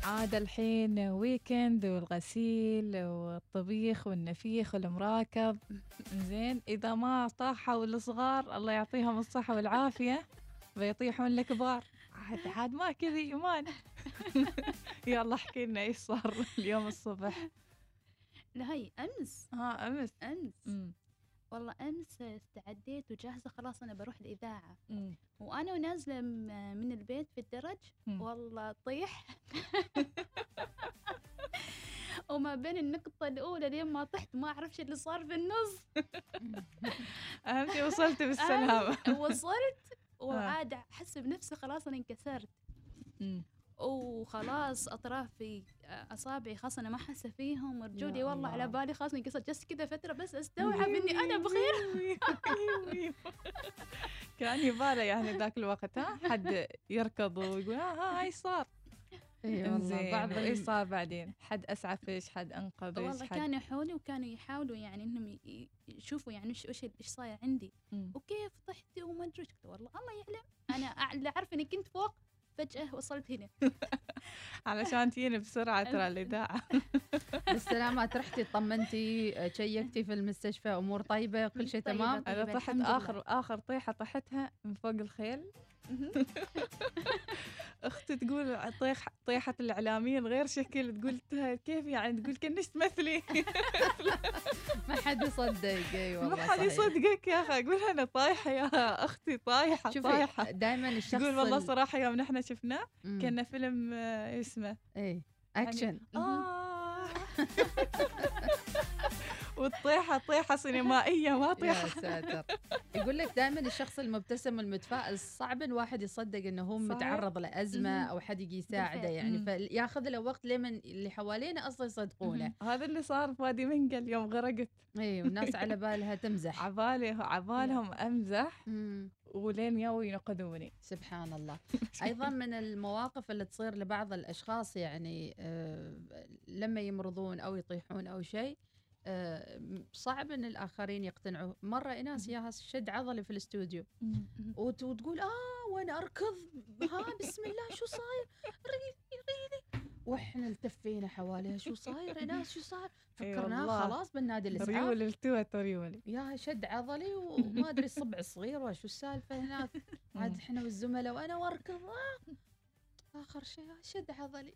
عاد الحين ويكند والغسيل والطبيخ والنفيخ والمراكب. زين إذا ما طاحوا الصغار الله يعطيهم الصحة والعافية بيطيحون الكبار. عاد عاد ما كذي إيمان. يلا احكي لنا إيش صار اليوم الصبح. لا هي أمس ها أمس أمس مم. والله أمس استعديت وجاهزة خلاص أنا بروح الإذاعة. مم. وأنا ونازلة م- من البيت في الدرج مم. والله طيح. وما بين النقطة الأولى لين ما طحت ما أعرفش اللي صار في النص. أهم شيء وصلت بالسلامة. أنا وصلت وعاد أحس بنفسي خلاص أنا انكسرت. مم. وخلاص أطرافي أصابعي خلاص أنا ما حاسة فيهم ورجولي يا والله على الله. بالي خلاص انكسرت. جلست كذا فترة بس أستوعب إني أنا بخير. كان يباله يعني ذاك الوقت ها حد يركض ويقول ها ها ايش صار. اي والله زين بعض ايش الم- صار بعدين؟ حد اسعفش، حد انقذش، والله حد كانوا حولي وكانوا يحاولوا يعني انهم ي- ي- يشوفوا يعني ايش ايش ايش صاير عندي. مم. وكيف طحت وما ادري إيش. قلت والله الله يعلم انا أع- اللي اعرف اني كنت فوق فجأة وصلت هنا. علشان تجيني بسرعة ترى الإذاعة. بالسلامات رحتي طمنتي شيكتي في المستشفى امور طيبه كل شيء طيبة تمام. أنا طيبة، طحت الحمد لله. آخر آخر طيحة طحتها من فوق الخيل. أختي تقول طيح طيحة الإعلاميين غير شكل. تقول كيف يعني؟ تقول كنش تمثلي. ما حد يصدق. اي والله ما حد صحيح. يصدقك يا أخي. أقول أنا طايحة يا أختي طايحة طايحة. شوفي دائما الشخص تقول والله ال- صراحة يوم نحن شفناه مم. كنا فيلم آه، اسمه اي اكشن. آه. والطيحة طيحة سينمائية ما يا طيحة. ساتر. يقول لك دائما الشخص المبتسم المتفائل صعب الواحد يصدق انه هو صحيح. متعرض لازمه مهم. او حد يجي يساعده بالفعل. يعني مم. فياخذ له وقت لمن اللي حوالينه اصلا يصدقونه. هذا اللي صار في وادي منقل يوم غرقت. اي والناس على بالها تمزح. عبالي عبالهم امزح مم. ولين يو ينقذوني. سبحان الله. ايضا من المواقف اللي تصير لبعض الاشخاص يعني آه لما يمرضون او يطيحون او شيء آه صعب ان الاخرين يقتنعوا. مره ايناس ياها شد عضلي في الاستوديو وت- وتقول اه وانا اركض ها بسم الله شو صاير ريدي ريدي واحنا التفينا حواليها شو صاير ايناس شو صاير أي فكرناه والله. خلاص بالنادي الاسعاف. ريول التوت ريولي. يا شد عضلي وما ادري الصبع الصغير وشو السالفه هناك. عاد احنا والزملاء وانا واركض آه. اخر شيء شد عضلي.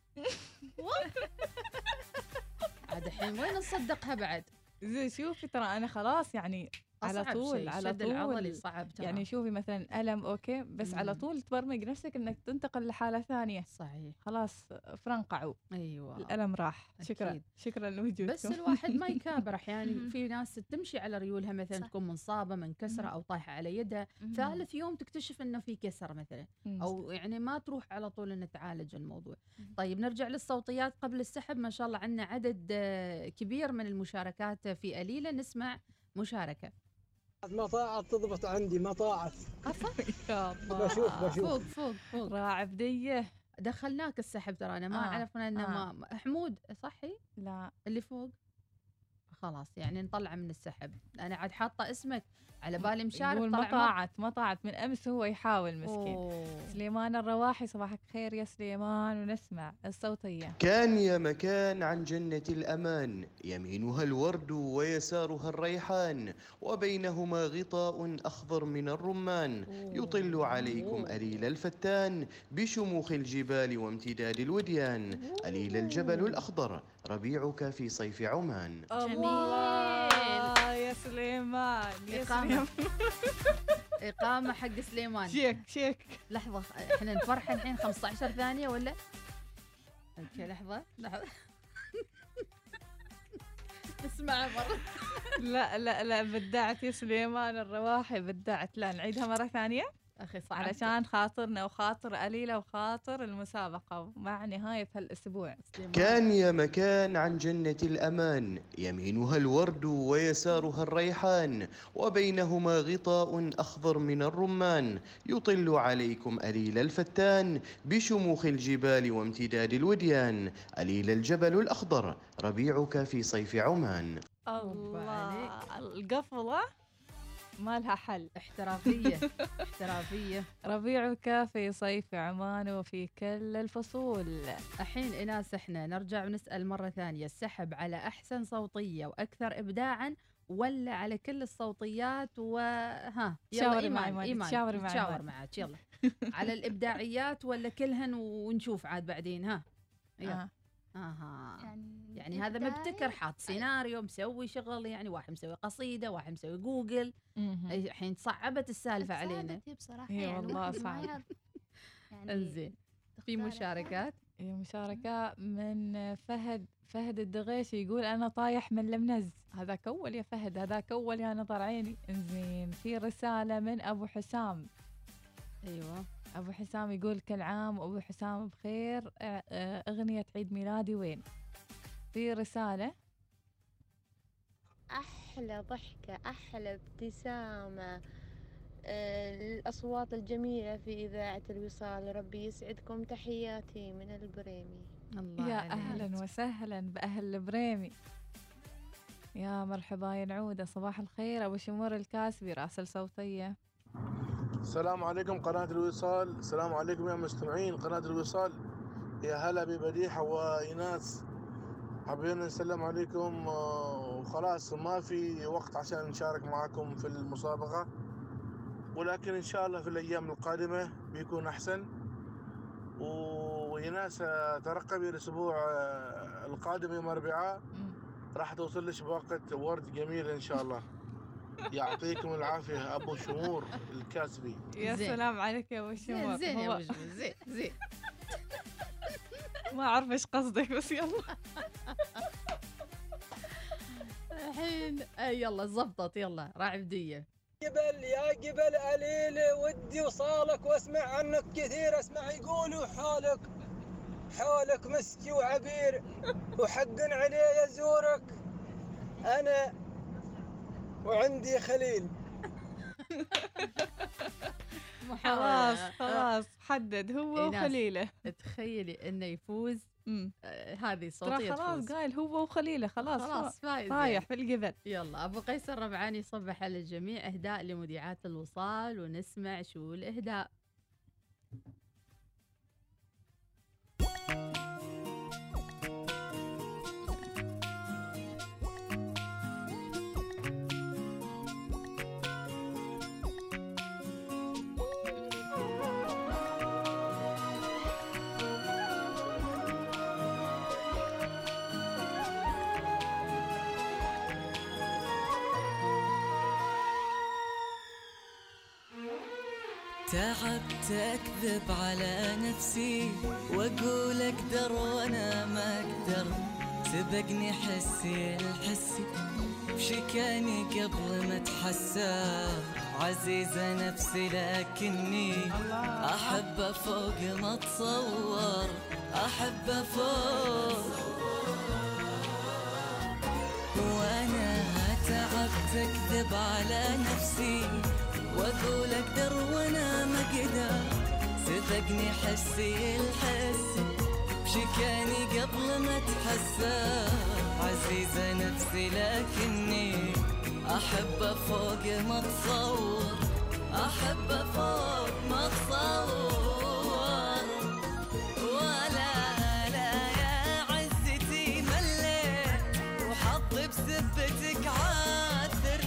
عاد الحين وين نصدقها بعد؟ زي شوفي ترى انا خلاص يعني على أصعب طول شيء، على شد العضلي طول صعب ترى. يعني شوفي مثلا ألم أوكي بس على مم. طول تبرمج نفسك إنك تنتقل لحالة ثانية. صحيح. خلاص فرنقعوا. ايوه الألم راح. شكرا أكيد. شكرا لوجودكم. بس الواحد ما يكابر احيانا. في ناس تمشي على ريولها مثلا صح. تكون منصابه منكسره مم. او طايحه على يدها مم. ثالث يوم تكتشف انه في كسر مثلا مم. او يعني ما تروح على طول ان تعالج الموضوع. مم. طيب نرجع للصوتيات قبل السحب. ما شاء الله عندنا عدد آه، كبير من المشاركات في قليله. نسمع مشاركه. ما طاعت تضبط عندي ما طاعت. يا الله. بشوف بشوف فوق فوق فوق. راعي بديه. دخلناك السحب ترى انا ما آه. عرفنا انه آه. ما حمود صحي لا اللي فوق خلاص يعني نطلع من السحب. انا عاد حاطه اسمك على بالي مشارك يقول طلع ما طاعت ما طاعت من أمس هو يحاول مسكين. أوه. سليمان الرواحي صباحك خير يا سليمان ونسمع الصوتية. كان يا مكان عن جنة الأمان يمينها الورد ويسارها الريحان وبينهما غطاء أخضر من الرمان يطل عليكم أليل الفتان بشموخ الجبال وامتداد الوديان أليل الجبل الأخضر ربيعك في صيف عمان. الله يا سليمان يا إقامة. سليمان. إقامة حق سليمان. شيك شيك. لحظة احنا نفرح الحين خمسة عشر ثانية ولا؟ اوكي لحظة لحظة. اسمع مرة. لا لا لا بدعت يا سليمان الرواحي بدعت. لا نعيدها مرة ثانية أخي صعب. علشان خاطرنا وخاطر أليلة وخاطر المسابقة مع نهاية هالأسبوع. كان يا مكان عن جنة الأمان يمينها الورد ويسارها الريحان وبينهما غطاء أخضر من الرمان يطل عليكم أليل الفتان بشموخ الجبال وامتداد الوديان أليل الجبل الأخضر ربيعك في صيف عمان. الله القفلة ما لها حل. احترافية احترافية. ربيعك في صيف عمان وفي كل الفصول. الحين إناس احنا نرجع ونسأل مرة ثانية، السحب على أحسن صوتية وأكثر إبداعا ولا على كل الصوتيات؟ وها تشاوري معي تشاوري معي تشاور معك يلا. على الإبداعيات ولا كلهن ونشوف عاد بعدين؟ ها يلا. اها يعني, يعني هذا مبتكر، حاط سيناريو، مسوي شغل، يعني واحد مسوي قصيده، واحد مسوي جوجل. الحين صعبت السالفه علينا بصراحه. يعني والله صعب. يعني انزين في مشاركات. في مشاركه من فهد فهد الدغيشي يقول انا طايح من المنز. هذاك اول يا فهد، هذاك اول يا نظر عيني. انزين في رساله من ابو حسام. ايوه أبو حسام يقول كل عام وأبو حسام بخير، أغنية عيد ميلادي وين؟ في رسالة. أحلى ضحكة، أحلى ابتسامة، الأصوات الجميلة في إذاعة الوصال. ربي يسعدكم، تحياتي من البريمي. الله يا عليك. أهلا وسهلا بأهل البريمي، يا مرحبا يا نعودة. صباح الخير. أبو شمور الكاسبي راسل صوتية. السلام عليكم قناة الوصال، السلام عليكم يا مستمعين قناة الوصال، يا هلا ببديحة وإيناس، حابين نسلم عليكم. وخلاص ما في وقت عشان نشارك معكم في المسابقة، ولكن إن شاء الله في الأيام القادمة بيكون أحسن. وإيناس ترقبي الأسبوع القادم يوم الأربعاء راح توصل لك باقة ورد جميلة إن شاء الله. يعطيكم العافية أبو شمور الكاسبي. يا زين. سلام عليك يا أبو شمور. زين يا أبو شمور، زين زين. ما أعرف إيش قصدك بس يلا. الحين يلا زبطت، يلا راعي بدية. جبل يا جبل عليل ودي وصالك واسمع عنك كثير، اسمع يقولوا حالك حالك مسكي وعبير وحق عليه يزورك أنا وعندي خليل. خلاص خلاص حدد هو وخليله. تخيلي انه يفوز. آه هذه صوتية خلاص تفوز. قايل هو وخليله خلاص خلاص فايز طايح في الجبل. يلا ابو قيس الربعاني يصبح على الجميع. اهداء لمذيعات الوصال ونسمع شو الاهداء. تعبت أكذب على نفسي وأقول أقدر وأنا ما أقدر، سبقني حسي الحسي بشكاني قبل ما أتحسى، عزيزة نفسي لكني أحب فوق ما أتصور، أحب فوق. وأنا تعبت أكذب على نفسي وأقول أقدر وأنا ما أقدر، سبقني حسي الحس بشكاني قبل ما أتحسى، عزيزة نفسي لكني أحب فوق ما أتصور، أحب فوق ما أتصور. ولا لا يا عزتي مليت وحظي بسبتك عاثر،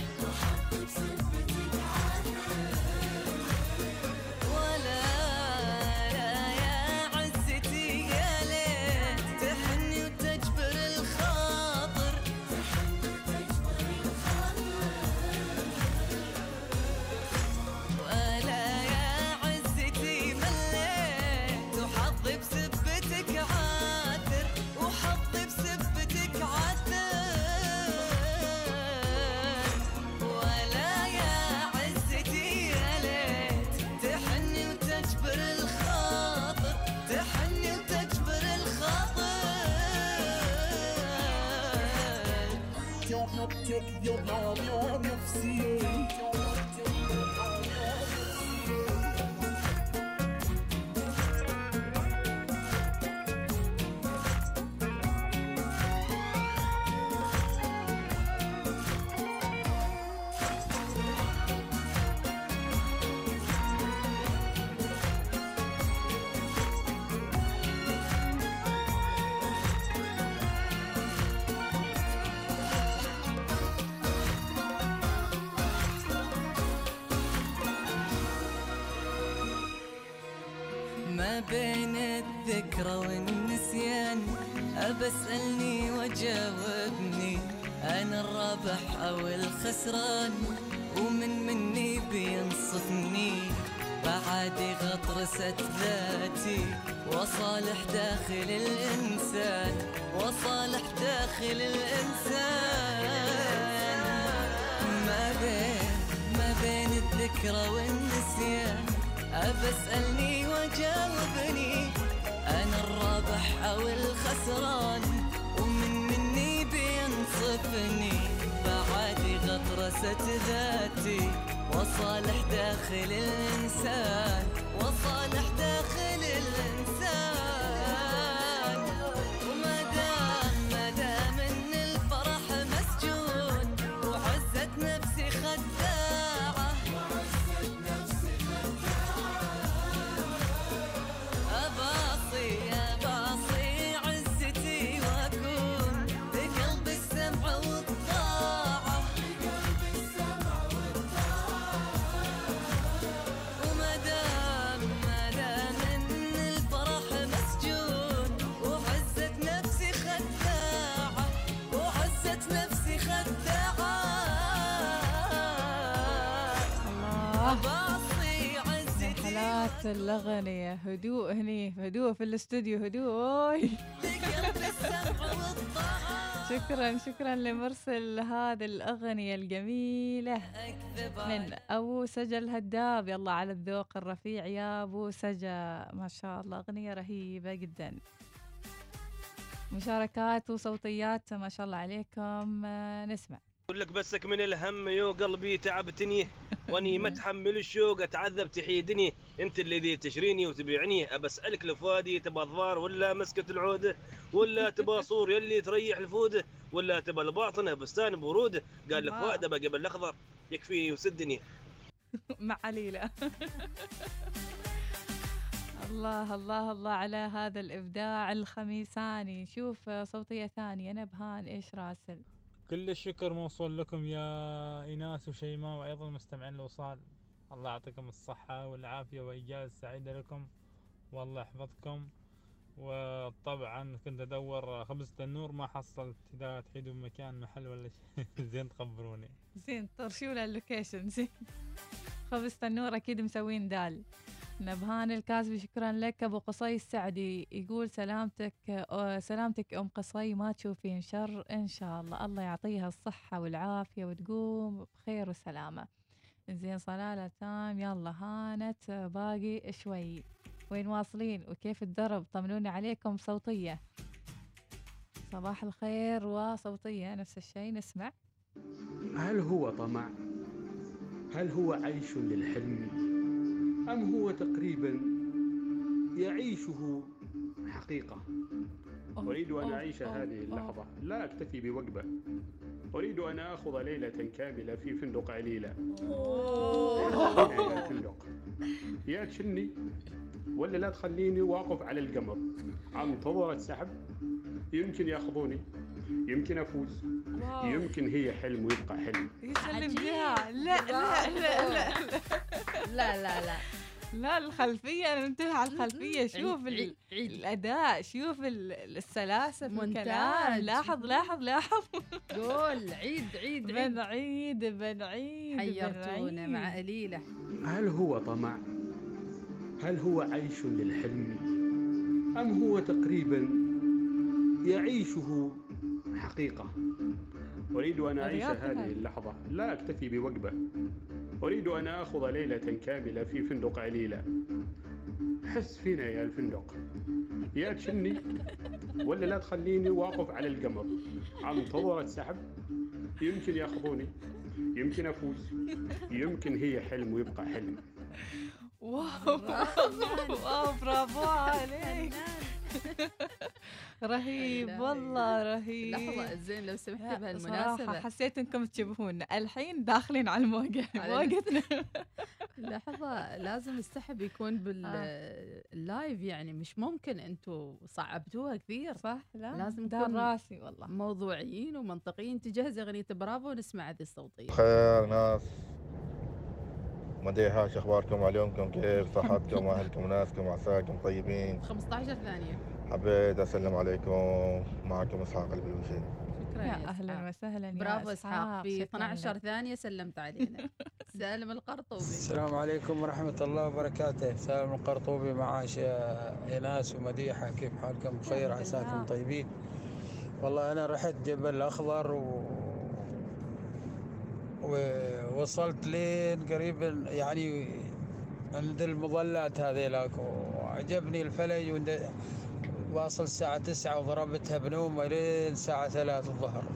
تكذب على نفسي. ما بين الذكرى والنسيان، أبسألني وجاوبني أنا الرابح أو الخسران، ومن مني بينصفني بعد غطرسة ذاتي، وصالح داخل الإنسان، وصالح داخل الإنسان. ما بين ما بين الذكرى والنسيان، أبسألني وجاوبني أنا الرابح أو الخسران، ومن مني بينصفني بعد غطرسة ذاتي، وصالح داخل الإنسان، وصالح داخل الإنسان. وما دام ما دام إن الفرح مسجون، وعزت نفسي خداعة، أباصي أباصي عزتي وأكون بقلب السمع والطاعة. وما دام ما دام إن الفرح مسجون، وعزت نفسي خداعة، وعزت نفسي خداعة. أباصي عزتي حالات الأغنية، هدوء هني، هدوء في الاستوديو، هدوء. أوي. شكرا شكرا لمرسل هذه الأغنية الجميلة من أبو سجا الهداب. يلا على الذوق الرفيع يا أبو سجا، ما شاء الله أغنية رهيبة جدا. مشاركات وصوتيات ما شاء الله عليكم. آه، نسمع. أقول لك بسك من الهم يو قلبي تعبتني، واني ما اتحمل الشوق اتعذب تحيدني، انت الذي تشريني وتبيعني، ابسألك لفؤادي تبى اظفار ولا مسكة العودة، ولا تبى صور يلي تريح الفودة، ولا تبى الباطنة بستان بورودة. قال لفؤاد ابى قبل الاخضر يكفيني وسدني. مع عليلة. الله الله الله على هذا الإبداع الخميساني. شوف صوتية ثانية، نبهان إيش راسل. كل الشكر موصول لكم يا إيناس وشيماء وأيضا مستمعين الوصال. الله يعطيكم الصحة والعافية وإجازة سعيدة لكم، والله يحفظكم. وطبعا كنت أدور خبز تنور ما حصلت، إذا تحيدوا مكان محل ولا شيء زين تخبروني. زين طرشونا اللوكيشن. زين خبز تنور أكيد مسوين دال. نبهان الكاسبي شكرا لك. أبو قصي السعدي يقول سلامتك سلامتك أم قصي، ما تشوفين شر إن شاء الله، الله يعطيها الصحة والعافية وتقوم بخير وسلامة. زين صلالة تام. يلا هانت باقي شوي. وين واصلين وكيف الدرب؟ طمنوني عليكم صوتية. صباح الخير وصوتية نفس الشيء. نسمع. هل هو طمع؟ هل هو عيش للحلم؟ أم هو تقريبا يعيشه حقيقة؟ أريد أن أعيش هذه اللحظة، لا أكتفي بوجبة، أريد أن أخذ ليلة كاملة في فندق عليلة. يا فندق يا تشني ولا لا تخليني واقف على القمر أنتظر السحب، يمكن ياخذوني، يمكن أفوز، يمكن هي حلم ويبقى حلم. يسلم بها. لا لا لا لا لا لا لا لا الخلفية، أنا منتبه على الخلفية. شوف ال... الأداء، شوف ال... السلاسة في الكلام. لاحظ لاحظ لاحظ. قول عيد عيد بنعيد بنعيد حيرتونا مع قليلة. هل هو طمع؟ هل هو عيش للحلم؟ أم هو تقريبا يعيشه حقيقة؟ أريد أن أعيش هذه اللحظة، لا أكتفي بوجبة، أريد أن أخذ ليلة كاملة في فندق عليلة. حس فينا يا الفندق، يا تشني ولا لا تخليني واقف على القمر أنتظر السحب، يمكن ياخذوني، يمكن أفوز، يمكن هي حلم ويبقى حلم. واو واو برافو عليك. رهيب والله رهيب. لحظة زين لو سمحتي بهالمناسبة، حسيت انكم تشبهونا الحين داخلين على الموقع موقتنا. لحظة لازم السحب يكون باللايف، يعني مش ممكن انتم صعبتوها كثير. صح. لا لازم نكون راسي والله موضوعيين ومنطقيين. تجهزي اغنية برافو ونسمع هذه الصوتية. خير ناس، مديحة، شو اخباركم؟ على يومكم كيف؟ صحتكم واهلكم وناسكم عساكم طيبين؟ خمسة عشر ثانية. حبيت اسلم عليكم، معكم اسحاق البلوشي. شكرا يا اهلا وسهلا. برافو اسحاق، في شكراً اثنتي عشرة لك. ثانية سلمت علينا. سالم القرطوبي. السلام عليكم ورحمة الله وبركاته. سالم القرطوبي معاش إيناس ومديحة، كيف حالكم؟ بخير عساكم طيبين. والله أنا رحت جبل الأخضر و... ووصلت لين قريبا يعني عند المظلات هذيلاك، وعجبني الفلج وند... واصل الساعة تسعة وضربتها بنومة لين الساعة ثلاث الظهر،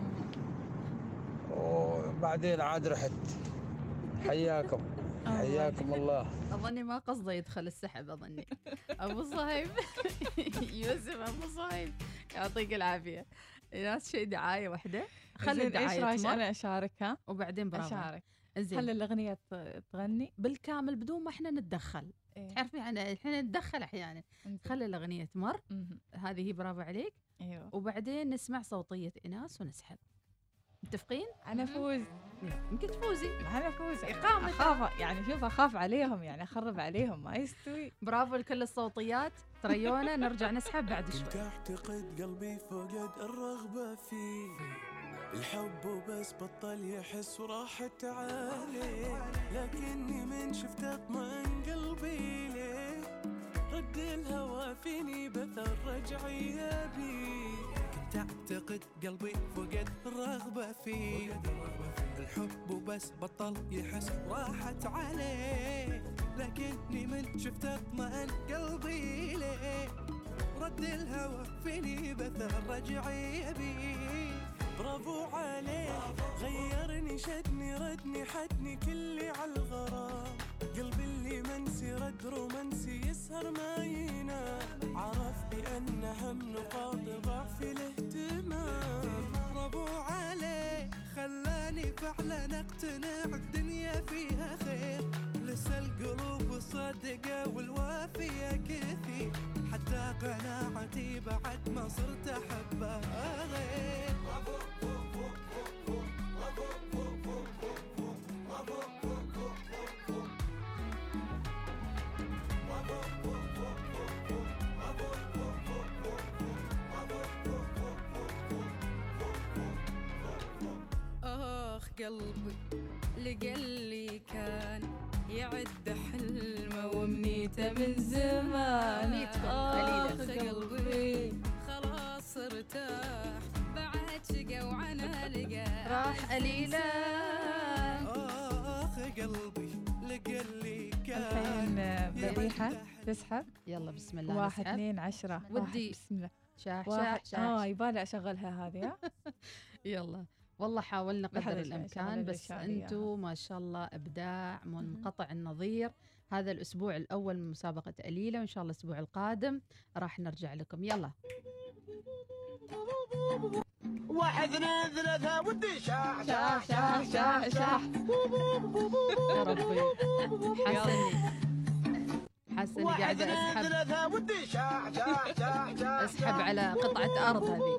وبعدين عاد رحت. حياكم حياكم الله. أظني ما قصده يدخل السحب، أظني أبو صهيب. يوسف أبو صهيب يعطيك العافية. ناس شيء دعاية واحدة، خلي الدعاية ايش رايك تمر انا اشاركها وبعدين برافو. اشارك. انزين خلي الاغنية ت- تغني بالكامل بدون ما احنا نتدخل. إيه. تعرفي احنا احنا نتدخل احيانا. خلي الأغنية تمر. مهم. هذه هي، برافو عليك. ايوه وبعدين نسمع صوتية إناس ونسحب. متفقين؟ انا افوز. يمكن تفوزي. انا افوز. إقامة. اخاف يعني، شوف اخاف عليهم يعني، اخرب عليهم ما يستوي. برافو لكل الصوتيات. تريونا نرجع نسحب بعد شوي. كنت اعتقد قلبي فقد الرغبة فيه، الحب وبس بطل يحس وراحت عليه، لكني من شفت اطمئن قلبي ليه، رد الهوى فيني بثر رجعي بيه. كنت اعتقد قلبي فقد الرغبة فيه، الحب وبس بطل يحس وراحت عليه، لكني من شفت اطمئن قلبي ليه، رد الهوى فيني بثر رجعي بيه. برافو عليه، غيرني شدني ردني حدني كلي عالغرام، قلبي اللي منسي رد رومانسي يسهر ما ينام، عرف بأن هم نقاط ضعف الاهتمام. برافو عليه، خلاني فعلا اقتنع الدنيا فيها خير، لسه القلوب صادقة والوافية كثير، حتى قناعتي بعد ما صرت أحبها غير. آخ قلبي لقلي كان يعد حلمه وامنيته من زمان، آخ قلبي خلاص ارتاح بعد شقا وعنا لقى راح قليلا. آخ قلبي لقلي الحين بديحة تسحب. يلا بسم الله. واحد نسحب. اثنين عشرة. ودي واحد بسم الله. شاح واحد. شاح شاح. اه يبالي اشغلها هذه. ها؟ يلا والله حاولنا قدر لحظة شوي، الامكان، شغلة بس الإشارية. انتم ما شاء الله ابداع منقطع النظير. هذا الاسبوع الاول من مسابقه أليلة، وان شاء الله الاسبوع القادم راح نرجع لكم. يلا واحد اثنين ثلاثة ودي شاح شاح شاح شاح شاح. يا ربي حسني حسني قاعده اسحب ثلاثة ودي شاح شاح شاح شاح اسحب على قطعه ارض هذه.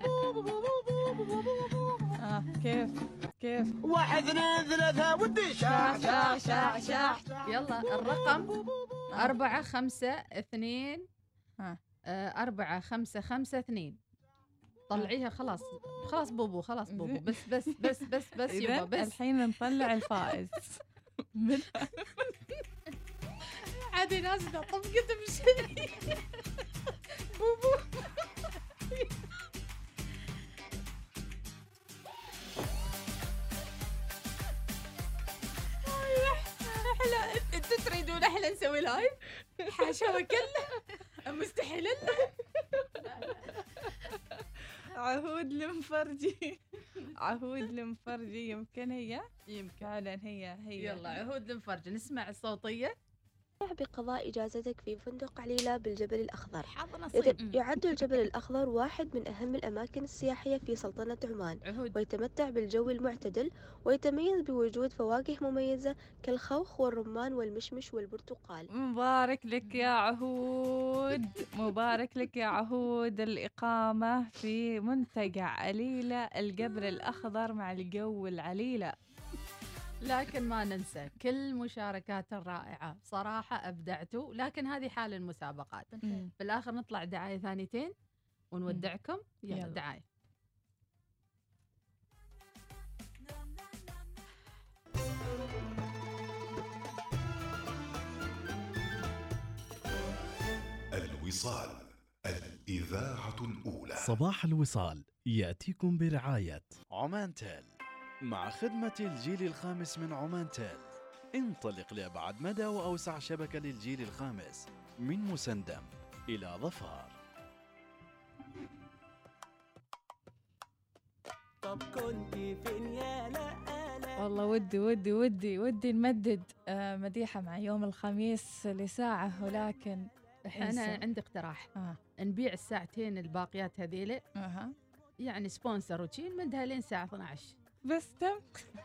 اه كيف كيف واحد اثنين ثلاثة ودي شاح شاح شاح شاح. يلا الرقم أربعة خمسة اثنين ها. آه، أربعة خمسة خمسة اثنين. طلعيها خلاص خلاص بوبو خلاص بوبو بس بس بس بس بس يبا إذن بس. الحين نطلع الفائز. من عادي نازلة طبقت بشيء. بوبو احنا انتوا تريدون احنا نسوي لايف؟ حاشا وكلا مستحيل لنا. عهود المفرجي. عهود المفرجي يمكن هي يمكن فعلا هي هي. يلا عهود المفرج نسمع الصوتية. بقضاء إجازتك في فندق عليلة بالجبل الأخضر. حظ نصيب. يد- يعد الجبل الأخضر واحد من أهم الأماكن السياحية في سلطنة عمان، عهود. ويتمتع بالجو المعتدل، ويتميز بوجود فواكه مميزة كالخوخ والرمان والمشمش والبرتقال. مبارك لك يا عهود، مبارك لك يا عهود. الإقامة في منتجع عليلة الجبل الأخضر مع الجو العليلة. لكن ما ننسى كل مشاركات الرائعة صراحة أبدعتوا، لكن هذه حال المسابقات. مم. في الآخر نطلع دعاية ثانيتين ونودعكم. يلا, يلا. دعاية. الوصال، الإذاعة الأولى. صباح الوصال يأتيكم برعاية عمان تيل. مع خدمة الجيل الخامس من عمان تيل، انطلق لأبعد مدى وأوسع شبكة للجيل الخامس من مسندم إلى ظفار. طب كنت فين يا لا لا؟ والله ودي ودي ودي ودي نمدد آه مديحة مع يوم الخميس لساعة، ولكن أنا عندي اقتراح. آه. نبيع الساعتين الباقيات هذيلة. أها. يعني سبونسر وشين مدها لين الساعة اثني عشر بس تم.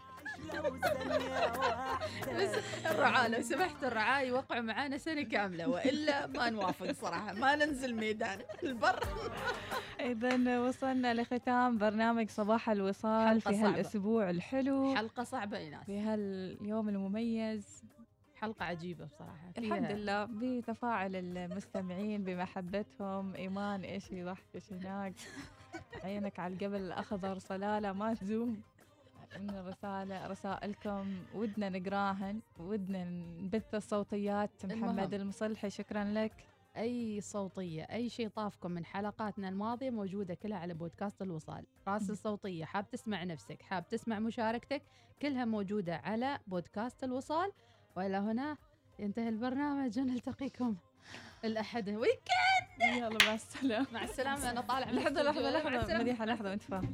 بس الرعاة لو سمحت الرعاة يوقعوا معانا سنة كاملة، وإلا ما نوافق صراحة، ما ننزل ميدان البر. إذن وصلنا لختام برنامج صباح الوصال في هالأسبوع الحلو. حلقة صعبة إيناس في هاليوم المميز. حلقة عجيبة بصراحة. الحمد لله بتفاعل المستمعين بمحبتهم. إيمان إيش يضحكش هناك؟ عينك على الجبل الأخضر صلالة ما تزوم. من الرسالة رسائلكم ودنا نقراهن، ودنا نبث الصوتيات. محمد المصلحي شكرا لك. أي صوتية أي شيء طافكم من حلقاتنا الماضية موجودة كلها على بودكاست الوصال. راسل صوتية، حاب تسمع نفسك، حاب تسمع مشاركتك، كلها موجودة على بودكاست الوصال. وإلى هنا ينتهي البرنامج، ونلتقيكم الأحد ويكند. يلا مع السلامة. مع السلامة. أنا طالع لحظة لحظة لحظة مديحة لحظة وأنت فاهم.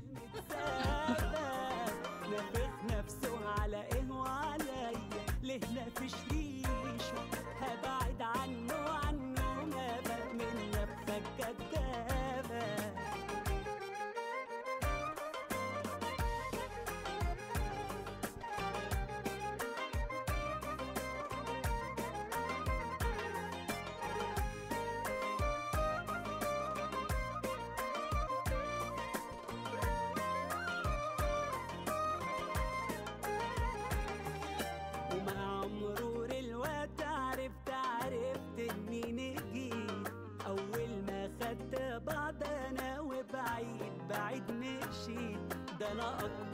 نفخ نفسه على إيه وعليا، ليه نفش ريشه، هبعد عنه عنه ما بق من نفخك كدابة. ومع مرور الوقت عرفت عرفت اني نجيت، اول ما خدت بعض انا وبعيد بعيد مشيت، ده انا